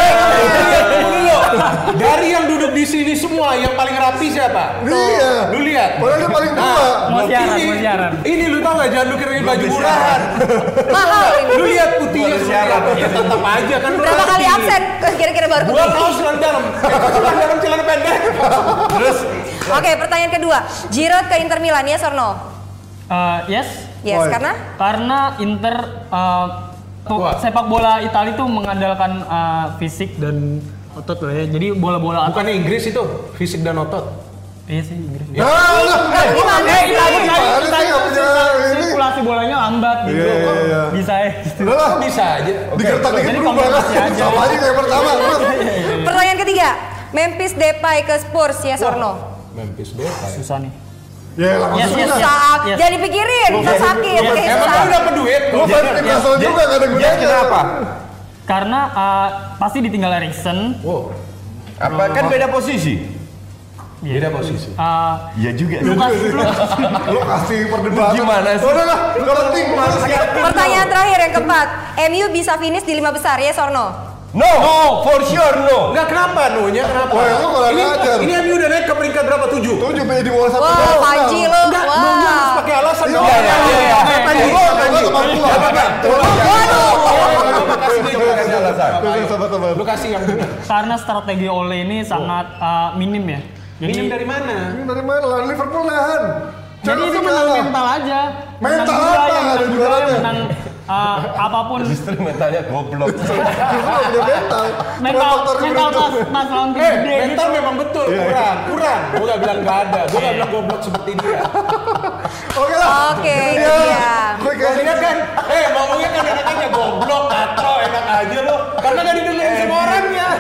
Dulu, dari yang duduk di sini semua yang paling rapi siapa? Iya. Lu lihat. Padahal dia paling tua. Mau siaran, ini, mau siaran. ini lu tau gak, jangan lu kirain baju murahan. Mahal ini. Lu lihat putihnya Baru seperti siaran. apa, ya tetap aja kan lu Berapa rapi. kali absen? Kira-kira baru Gua begini. kaos celana dalam, eh, celana dalam celana pendek. Terus Oke, pertanyaan kedua. Giroud ke Inter Milan, yes or no? Eh, yes, Yes, Why? karena? karena Inter eh, tuh, Wah. sepak bola Italia tuh mengandalkan eh, fisik dan otot lah ya. Jadi bola-bola bukannya Inggris itu, fisik dan otot. Iya sih Inggris. Nah, lah. Gimana Eh, sih? Italia, Gimana Italia, sih, Italia nggak punya ini? sirkulasi bolanya lambat gitu. Iya, iya, iya. Bisa ya. Gitu. Udah lah. Bisa aja. Digertak dikit Jadi berubah lah. kombinasi aja. Sama aja kayak pertama. Terus. Pertanyaan ketiga. Memphis Depay ke Spurs, yes or no? Memphis Depay. Susah nih. Ya langsung Yes, yes, aja. yes. Saat, Yes. jangan dipikirin, kita sakit. Yes. Oke, Emang saat. lu dapet duit? Lo kan tim nasional juga gak ada gunanya. Kenapa? Karena eh, pasti ditinggal Erikson. Wow, Apa kan beda posisi? beda posisi. eh, Iya juga. Lukas, Lo kasih perdebatan. Gimana sih? Udah lah. Kalau tim males ya. Pertanyaan terakhir yang keempat. M U bisa finish di lima besar, yes or no? No, for sure no. Enggak, kenapa nunya? Kenapa? Wah, lu kalau ini, ngajar. ini M U udah naik ke peringkat berapa? Tujuh? Tujuh P di bawah satu. Wah, Panji lo. Enggak, nunya harus Wah. pakai alasan Iya, dong. iya, iya, iya. Eh, Panji. Gua gua teman gua. Kasih dia juga kasih alasan. Sabar-sabar. Lu kasih yang benar. karena strategi Ole ini sangat eh, minim ya. Jadi Minim dari mana? Ini dari mana lah? Liverpool nahan. jadi itu menang mental aja. Mental Menang apa? budaya, Ada menang juaranya. budaya, menang eh, apapun. Justru mentalnya goblok. Liverpool punya mental. Mental Faktor mental beruntung. pas pas lawan tim Eh, gede mental gitu. memang betul, kurang, kurang. Gua gak bilang gak ada, gua gak bilang goblok seperti dia. Oke lah. Oke, Itu iya. dia. Quick Gua aja. kan, eh ngomongnya kan enak aja, goblok, katro, enak aja lo. Karena gak didengerin sama orangnya.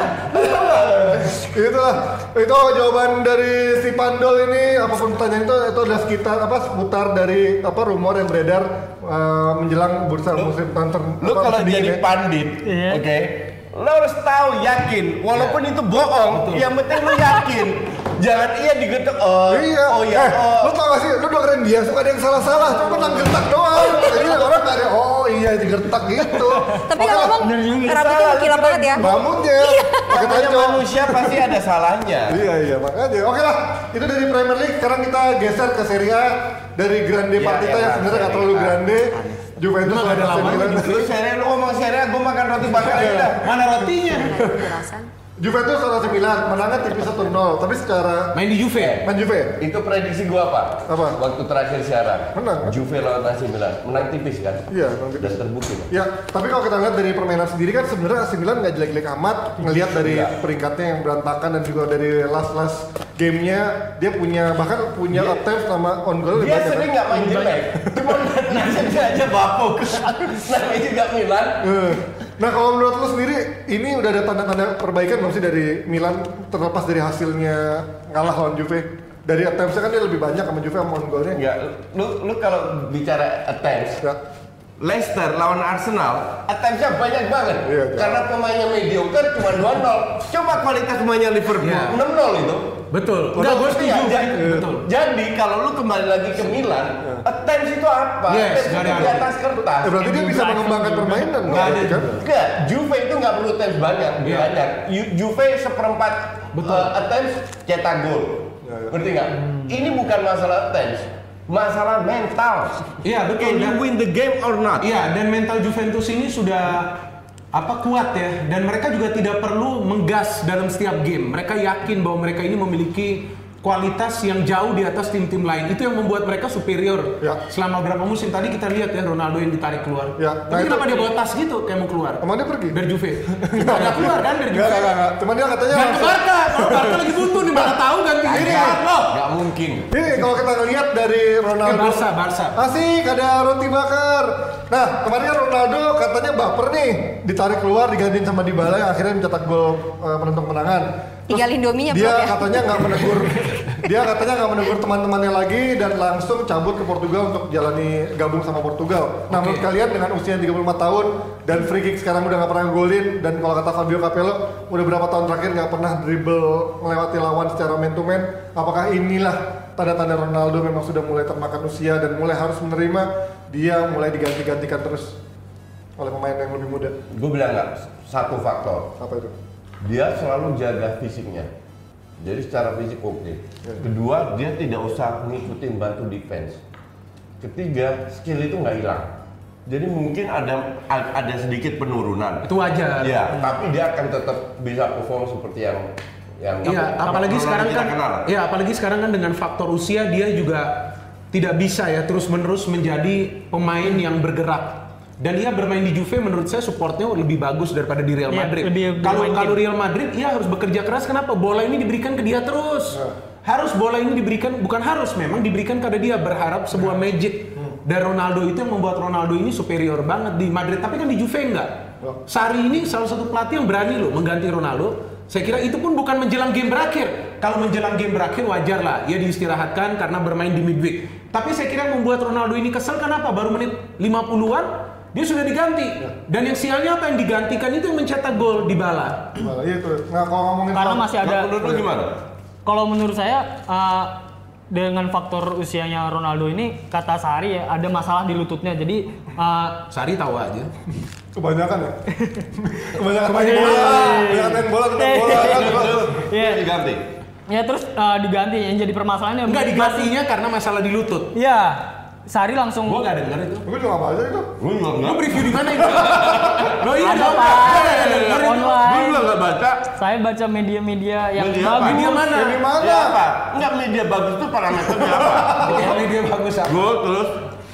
Itulah. Itu jawaban dari si Pandol ini. Apapun pertanyaan itu, itu adalah sekitar apa seputar dari apa rumor yang beredar eh, menjelang bursa musim transfer. Lu apa, kalau musim jadi ini. pandit, Iya. oke, lu harus tahu yakin, walaupun itu bohong, yang penting lu yakin. Jangan iya digetok, oh, Iya. oh ya, Eh, oh. lu tau gak sih, lu dengerin dia suka ada yang salah-salah, cuma menang gertak doang. Jadi orang gak ada, oh iya digertak gitu. Tapi kalau ngomong rambutnya berkilau banget ya. Rambutnya, pakai Namanya tancap. manusia pasti ada salahnya. Iya iya makanya. Oke lah, itu dari Premier League. Sekarang kita geser ke Serie A dari Grande Iya, Partita iya, yang sebenarnya nggak Serie terlalu A. grande. Juventus Emang ada lawan A C lamanya Milan. Lu serius, lu ngomong serius, gua makan roti bakar aja dah. Mana rotinya? Penjelasan. Juventus lawan A C Milan menangnya tipis satu nol, tapi secara Main di Juve. main Juve Itu prediksi gua apa? Apa? Waktu terakhir siaran. Menang. Juve lawan A C Milan. Menang tipis kan? iya menang tipis. Dan terbukti. Kan? Ya, tapi kalau kita lihat dari permainan sendiri kan sebenarnya A C Milan nggak jelek-jelek amat. Ngelihat dari Iya. peringkatnya yang berantakan dan juga dari last-last gamenya dia punya bahkan punya Dia- attempt sama on goal lebih Dia banyak, sering kan? nggak main jelek, cuma nasibnya aja bapuk. Namanya juga Milan. Eh, Nah kalau menurut lu sendiri ini udah ada tanda-tanda perbaikan belum sih dari Milan terlepas dari hasilnya ngalah lawan Juve? Dari attempts-nya kan dia lebih banyak sama Juve sama on goalnya. Enggak, lu lu kalau bicara attempts, Ya. Leicester lawan Arsenal, attempts-nya banyak banget. Iya, iya. Karena pemainnya mediocre cuma dua nol. Coba kualitas pemainnya Liverpool Iya. enam nol itu. Betul. Enggak, gue Berarti setuju. ya, jadi, Betul. jadi kalau lu kembali lagi ke Milan, attempts itu apa? Yes, Attempts nggak itu ada. di atas kertas. Eh, berarti dia bisa mengembangkan permainan Nggak ada kan? juga. Enggak, Juve itu nggak perlu attempts banyak, Iya. banyak. Ju- Juve seperempat Betul. uh, attempts cetak gol. Ya, ya. Ngerti nggak? Ini bukan masalah attempts, masalah mental. Iya, betul. Can you Dan- win the game or not? Iya, dan mental Juventus ini sudah apa kuat ya, dan mereka juga tidak perlu menggas dalam setiap game. Mereka yakin bahwa mereka ini memiliki kualitas yang jauh di atas tim-tim lain. Itu yang membuat mereka superior. Ya. Selama berapa musim tadi kita lihat ya Ronaldo yang ditarik keluar. Ya. Tapi Nah, kenapa itu- dia bawa tas gitu kayak mau keluar? Emang dia pergi? Dari Juve. Nggak keluar kan dari Juve. Enggak, enggak, enggak. Cuman dia katanya Jangan ke langsung- Barca. Kalau Barca lagi butuh nih mana tahu ganti ini Nggak, loh. nggak mungkin. Ini kalau kita ngelihat dari Ronaldo. Eh, Barca, Barca. Asik, ada roti bakar. Nah, kemarin kan Ronaldo katanya baper nih, ditarik keluar, digantiin sama Dybala yang akhirnya mencetak gol uh, penentu kemenangan. Terus Tinggal Indominya dia belum ya? katanya nggak menegur, dia katanya nggak menegur teman-temannya lagi dan langsung cabut ke Portugal untuk jalani gabung sama Portugal. Nah, Oke. menurut kalian dengan usia tiga puluh lima tahun dan free kick sekarang udah nggak pernah golin dan kalau kata Fabio Capello udah berapa tahun terakhir nggak pernah dribble melewati lawan secara man to man, apakah inilah tanda-tanda Ronaldo memang sudah mulai termakan usia dan mulai harus menerima dia mulai diganti-gantikan terus oleh pemain yang lebih muda? Gue bilang nggak, satu faktor. Apa itu? Dia selalu jaga fisiknya. Jadi secara fisik oke. Kedua, dia tidak usah ngikutin bantu defense. Ketiga, skill itu nggak hilang. Jadi mungkin ada ada sedikit penurunan. Itu wajar. Ya, tapi dia akan tetap bisa perform seperti yang yang Iya, apa- apalagi Ronaldo sekarang kita kan, kenal. ya apalagi sekarang kan dengan faktor usia dia juga tidak bisa ya terus-menerus menjadi pemain yang bergerak. Dan dia bermain di Juve menurut saya supportnya lebih bagus daripada di Real Iya, Madrid. lebih Kalau bermain kalau tim. Real Madrid ia harus bekerja keras. Kenapa? Bola ini diberikan ke dia terus. Harus bola ini diberikan, bukan harus, memang diberikan kepada dia, berharap sebuah magic. Dan Ronaldo itu yang membuat Ronaldo ini superior banget di Madrid. Tapi kan di Juve enggak. Sarri ini salah satu pelatih yang berani loh mengganti Ronaldo. Saya kira itu pun bukan menjelang game berakhir. Kalau menjelang game berakhir wajar lah, ia diistirahatkan karena bermain di midweek. Tapi saya kira yang membuat Ronaldo ini kesel kenapa? Baru menit lima puluhan dia sudah diganti. Dan yang sialnya apa yang digantikan itu yang mencetak gol Dybala. Nah, iya itu. Nah, kalau ngomongin Karena soal- masih ada. Nah, menurut lu gimana? Kalau menurut saya uh, dengan faktor usianya Ronaldo ini, kata Sarri ya ada masalah di lututnya. Jadi uh, Sarri tahu aja. kebanyakan ya. kebanyakan main bola, kebanyakan main bola, tentang bola kan. ya, Diganti. ya terus uh, diganti yang jadi permasalahannya. Enggak masih- digantinya karena masalah di lutut. Iya, Sarri langsung. Gua enggak dengar itu. Gue juga nggak baca itu. Lu juga Lu enggak. review di mana itu? Lo iya Ada, dong. Pak. Gua nggak dengar itu. Online. Lu juga enggak baca. Saya baca media-media yang Media apa? bagus. Media mana? Ini mana? Ya apa? Enggak, media bagus itu parameternya apa? Oh, media bagus apa? Gol terus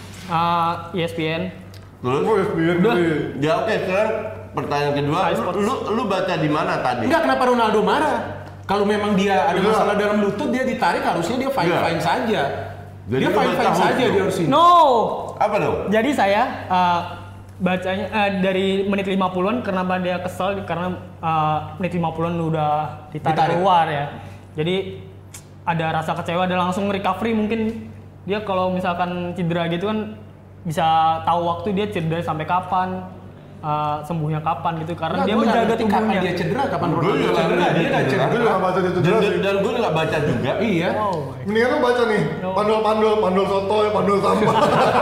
Uh, E S P N. terus. Gue biar Udah. beli. Ya oke, sekarang pertanyaan kedua, Sky lu, Sports. lu lu baca di mana tadi? Enggak, kenapa Ronaldo marah? Kalau memang dia ada Iya. masalah dalam lutut, dia ditarik harusnya dia fine fine Iya. saja. Jadi Dia lu fine baca fine hoax saja dong? dia harus ini. No. Apa dong? Jadi saya uh, bacanya uh, dari menit lima puluhan kenapa dia kesel karena uh, menit lima puluhan udah ditarik, Ditarik. keluar ya. Jadi ada rasa kecewa dan langsung recovery mungkin dia kalau misalkan cedera gitu kan bisa tahu waktu dia cedera sampai kapan, uh, sembuhnya kapan gitu karena Enggak, dia gua nggak menjaga ngerti kapan tubuhnya. dia cedera, kapan Gua Ronaldo juga cedera, nggak dia nggak cedera. cedera. Gue juga nggak baca itu Dan, jelas dan, sih. dan gue nggak baca juga. Iya. Oh, Mendingan lu baca nih, pandul-pandul, pandul sotoy, pandul sampah.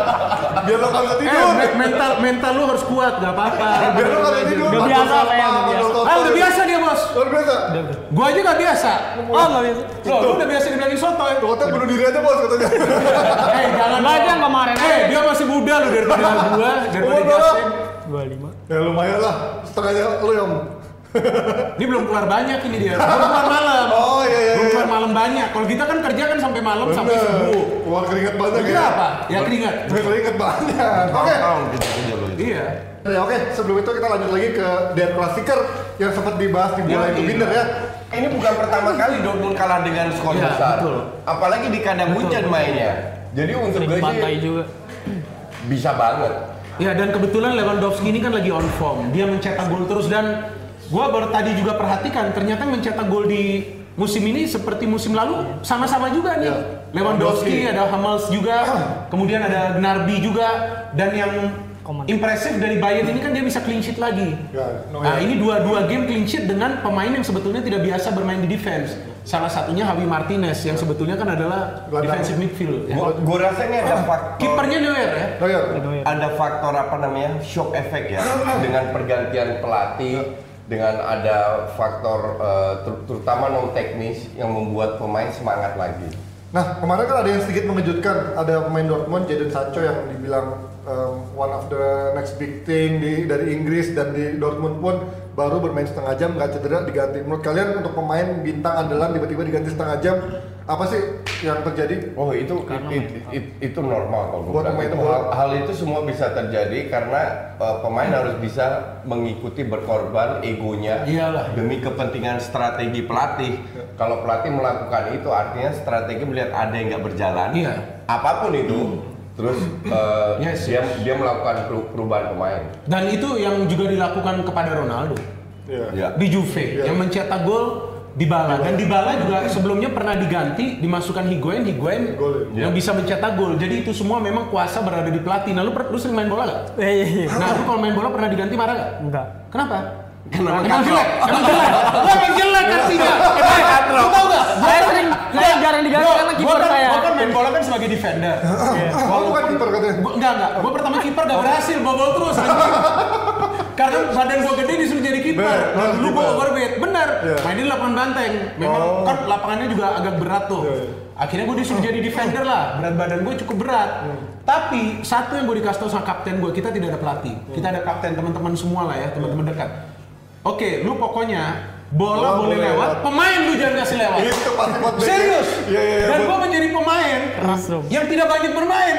Biar lo nggak bisa Eh, tidur. me- mental mental lu harus kuat, nggak apa-apa. Biar lo nggak bisa tidur. Udah pandul biasa sampah, saya, udah pandul biasa. sotoy. Ah, udah biasa dia, Bos. Luar biasa. Gua aja nggak biasa. oh nggak bisa. Loh, lu udah biasa dibilangin sotoy. Tuh katanya bunuh diri aja bos katanya. Eh, jangan. Nggak aja yang kemarin. Eh, dia masih muda lu daripada gua, daripada Umur berapa? Justin. dua puluh lima. Ya lumayan lah, setengahnya lu yang. Ini belum keluar banyak ini dia. Belum keluar malam. Oh iya iya. Belum iya. keluar malam banyak. Kalau kita kan kerja kan sampai malam sampai Bener. subuh. Wah keringet banyak Kira ya. apa? Ya keringat. Keringet banyak. Oke. Tahun kita kerja begitu. Iya. Ya oke, sebelum itu kita lanjut lagi ke Der Klassiker yang sempat dibahas di bola Ya, itu iya. binder ya. Ini bukan pertama kali Dortmund kalah dengan skor Iya, besar. betul. Apalagi di kandang hujan mainnya. Jadi untuk Sering gue pantai sih juga. bisa banget. Ya, dan kebetulan Lewandowski ini kan lagi on form. Dia mencetak gol terus dan gua baru tadi juga perhatikan ternyata mencetak gol di musim ini seperti musim lalu sama-sama juga nih. Ya. Lewandowski, Lewandowski. ada Hummels juga, kemudian ada Gnabry juga dan yang Coman. impresif dari Bayern ini kan dia bisa clean sheet lagi. Ya, no, Nah, ya. ini dua-dua game clean sheet dengan pemain yang sebetulnya tidak biasa bermain di defense. Salah satunya Javi Martinez yang sebetulnya kan adalah Gelandang. defensive midfield ya. Gue gue rasa ini ada faktor. Kipernya Neuer ya. Oh iya. Ada faktor apa namanya shock effect ya dengan pergantian pelatih, dengan ada faktor eh, ter- terutama non teknis yang membuat pemain semangat lagi. Nah kemarin kan ada yang sedikit mengejutkan, ada pemain Dortmund Jadon Sancho yang dibilang um, one of the next big thing di dari Inggris dan di Dortmund pun baru bermain setengah jam nggak cedera diganti. Menurut kalian untuk pemain bintang andalan tiba-tiba diganti setengah jam, apa sih yang terjadi? Oh itu it, it, it, itu normal kalau gue Buat bilang. pemain Itu bola. hal, hal itu semua bisa terjadi karena uh, pemain harus bisa mengikuti berkorban egonya Iyalah. demi kepentingan strategi pelatih. Kalau pelatih melakukan itu artinya strategi melihat ada yang nggak berjalan, Iya. apapun itu, terus uh, Yes, dia dia melakukan peru- perubahan pemain. Dan itu yang juga dilakukan kepada Ronaldo Iya. Ya. di Juve Iya. yang mencetak gol Dybala, dan Dybala juga sebelumnya pernah diganti, dimasukkan Higuain, Higuain Gol, yang bisa mencetak gol. Jadi itu semua memang kuasa berada di pelatih. Nah, lu, per- lu sering main bola gak? Eh, iya, iya. Nah, lu kalau main bola pernah diganti marah gak? Enggak. Kenapa? Kenapa Emang katrok? jelek, emang jelek. Lu emang jelek artinya. Emang katrok. Lu tau gak? Saya sering, saya jarang diganti Gua- karena gua kiper kan- saya. Gua kan main bola kan sebagai defender. Oh, bukan kiper katanya. Gua, enggak, enggak. Gua pertama kiper gak berhasil, bobol terus. anjing. Karena badan gua gede disuruh jadi kiper. Bener, Nah, harus dulu gua kiper. overweight. Bener. Iya. Main di lapangan banteng. Memang Oh. kan lapangannya juga agak berat tuh. Iya, iya. Akhirnya gua disuruh jadi defender lah. Berat badan gua cukup berat. Hmm. Tapi satu yang gua dikasih tau sama kapten gua, kita tidak ada pelatih. Kita ada kapten, teman-teman semua lah ya, teman-teman dekat. Oke, lu pokoknya bola Bola boleh boleh lewat, lewat. pemain lu jangan kasih lewat. Itu pasti buat back. Serius? Iya, iya, iya. Dan buat- gua menjadi pemain Keras dong. yang tidak banyak bermain.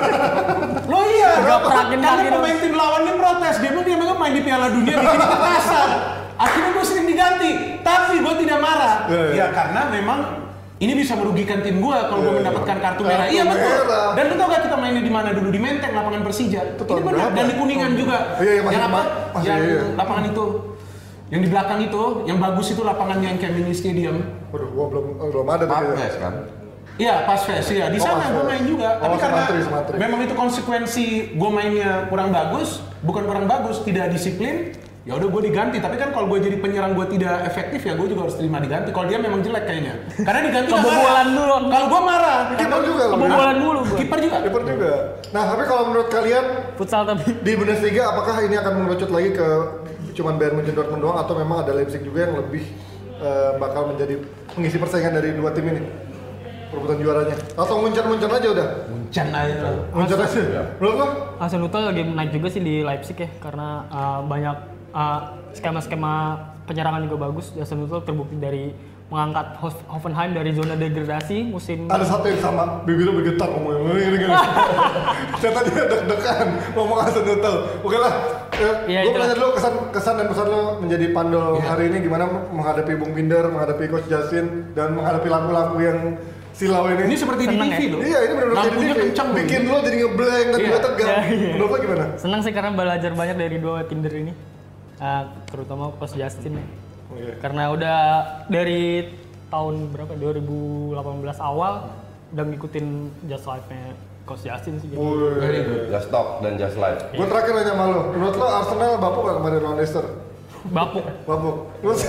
Lo iya, Gaprakin karena kaki dong. pemain tim lawan ini protes. Dia bilang dia memang main di Piala Dunia bikin kekerasan. Akhirnya gue sering diganti, tapi gue tidak marah. Iya, iya. Ya karena memang ini bisa merugikan tim gue kalau gue Iya, mendapatkan iya. kartu merah. Kartu Iya betul. merah. Dan lu tau gak kita mainnya di mana dulu? Di Menteng, lapangan Persija. Itu Ini tahun benar. berapa? Dan di Kuningan juga. Iya, iya, masih yang apa? ma- masih, yang iya. lapangan itu. Yang di belakang itu, yang bagus itu lapangannya yang kayak mini stadium. Waduh, gua belum oh, belum ada tuh. kayaknya. Papres kan? Iya, pas fest ya. Di Oh, sana pas gue fest. main juga. Oh, Tapi karena Sumatri, Sumatri. memang itu konsekuensi gue mainnya kurang bagus, bukan kurang bagus, tidak disiplin. Ya udah gue diganti. Tapi kan kalau gue jadi penyerang gue tidak efektif ya gue juga harus terima diganti. Kalau dia memang jelek kayaknya. Karena diganti nggak Kebobolan marah. dulu. Kalau gue marah. Kiper juga loh. Kebobolan dulu gua. Kiper juga. Kiper juga. Nah, tapi kalau menurut kalian Futsal tapi. di Bundesliga apakah ini akan mengerucut lagi ke cuman Bayern Munchen Dortmund doang atau memang ada Leipzig juga yang lebih eh, bakal menjadi mengisi persaingan dari dua tim ini? Perebutan juaranya. Atau Munchen-Munchen aja udah? Muncan aja. Munchen aja. Menurut lo? Hasenhüttl lagi naik juga sih di Leipzig ya karena uh, banyak uh, skema-skema penyerangan juga bagus. Hasenhüttl terbukti dari mengangkat Hof- Hoffenheim dari zona degradasi musim Ada satu yang sama, bibirnya bergetar ngomongnya gini-gini. Saya tadi deg-degan ngomong Hasenhüttl. Oke lah, Iya, gue itulah. nanya dulu kesan kesan dan pesan lo menjadi pandol hari ini gimana menghadapi Bung Binder, menghadapi Coach Justin dan menghadapi lampu-lampu yang silau ini. Ini seperti di Seneng T V ya? loh. Iya, ini benar-benar jadi Lampunya T V. kencang loh. Bikin lo jadi ngeblank dan Iya. juga tegang. Iya, iya. Menurut lo gimana? senang sih karena belajar banyak dari dua Tinder ini. Uh, terutama Coach Justin ya. Iya. Karena udah dari tahun berapa dua ribu delapan belas awal udah ngikutin Just Life-nya Coach Justin sih jadi. Very good. Just talk dan just live. Gue terakhir nanya sama lo, menurut lo Arsenal bapuk gak kemarin lawan Leicester? Bapuk. Bapuk. Terus,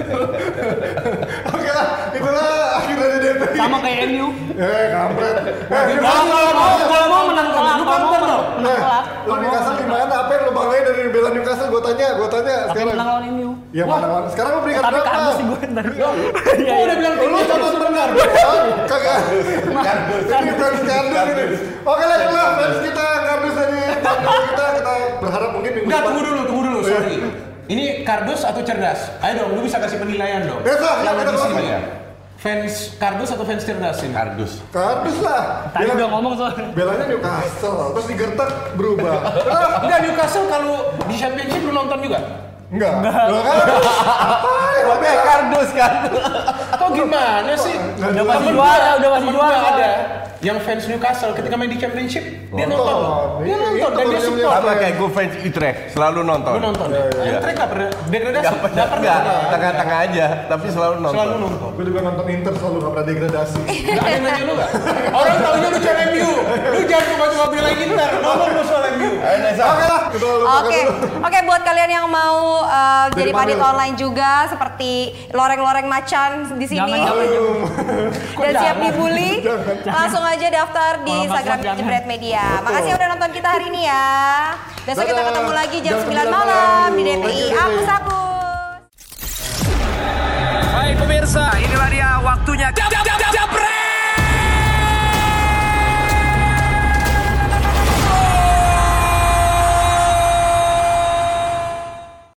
oke lah, itulah akhir dari D P I. Sama kayak M U. Eh, kampret. Eh, Kalau gimana? kalau mau kalau mau menang telak, lu Kalau mau counter dong. menang Eh, telak. lo Newcastle gimana? Apa yang lo banggain dari bela Newcastle? Gue tanya, gue tanya Tapi sekarang. menang lawan M U. Ya mana lawan. Sekarang lo peringkat Tapi berapa? kardus sih gue ntar. Gua udah bilang Lo timnya coba sebentar. Ah, Kagak. Ini fans kardus ini. Oke lah, itulah fans kita kardus dari Bandung kita. Kita berharap mungkin minggu Enggak, depan. tunggu dulu, tunggu dulu, sorry. Ini kardus atau cerdas? Ayo dong, lu bisa kasih penilaian dong. Bisa, Yang kita ada di keluar. sini ya. Fans kardus atau fans cerdas ini? Kardus. Kardus lah. Tadi Bela- udah ngomong soalnya. Belanya Newcastle, terus digertak berubah. Ah, Enggak, Newcastle kalau di Championship lu nonton juga? enggak. Lo kan apa ya? Oke, kardus kan. Kok gimana sih? Udah masih Temen juara, gua- udah masih temen juara. gua ada yang fans Newcastle ketika main di Championship dia Nonton. nonton loh. Dia Iya, nonton itu dan dia baru support. dia Sama kayak gue fans Utrecht, selalu nonton. Lu nonton. Iya, Ya, iya. Utrecht nggak pernah degradasi. Gak pernah, Nggak pernah. enggak, tengah-tengah aja, tapi selalu nonton. Selalu nonton. Gue juga nonton Inter selalu gak pernah degradasi. Nggak ada yang nanya lu nggak? Orang taunya lu cewek M U. Lu jangan cuma-cuma belain Inter. Ngomong lu soal M U. Ayo Nesa. Oke lah, kita lupakan Oke, dulu. oke buat kalian yang mau uh, Jadi jadi panit panel. online juga seperti loreng-loreng macan di sini Jangan, jangan, dan siap dibully, langsung aja daftar di Kalau Instagram mas-mas jangan. Jebret Media. Makasih udah nonton kita hari ini ya. Besok kita Dadah. ketemu lagi jam Jam sembilan sembilan malam malam. di D P I. Thank you, Aku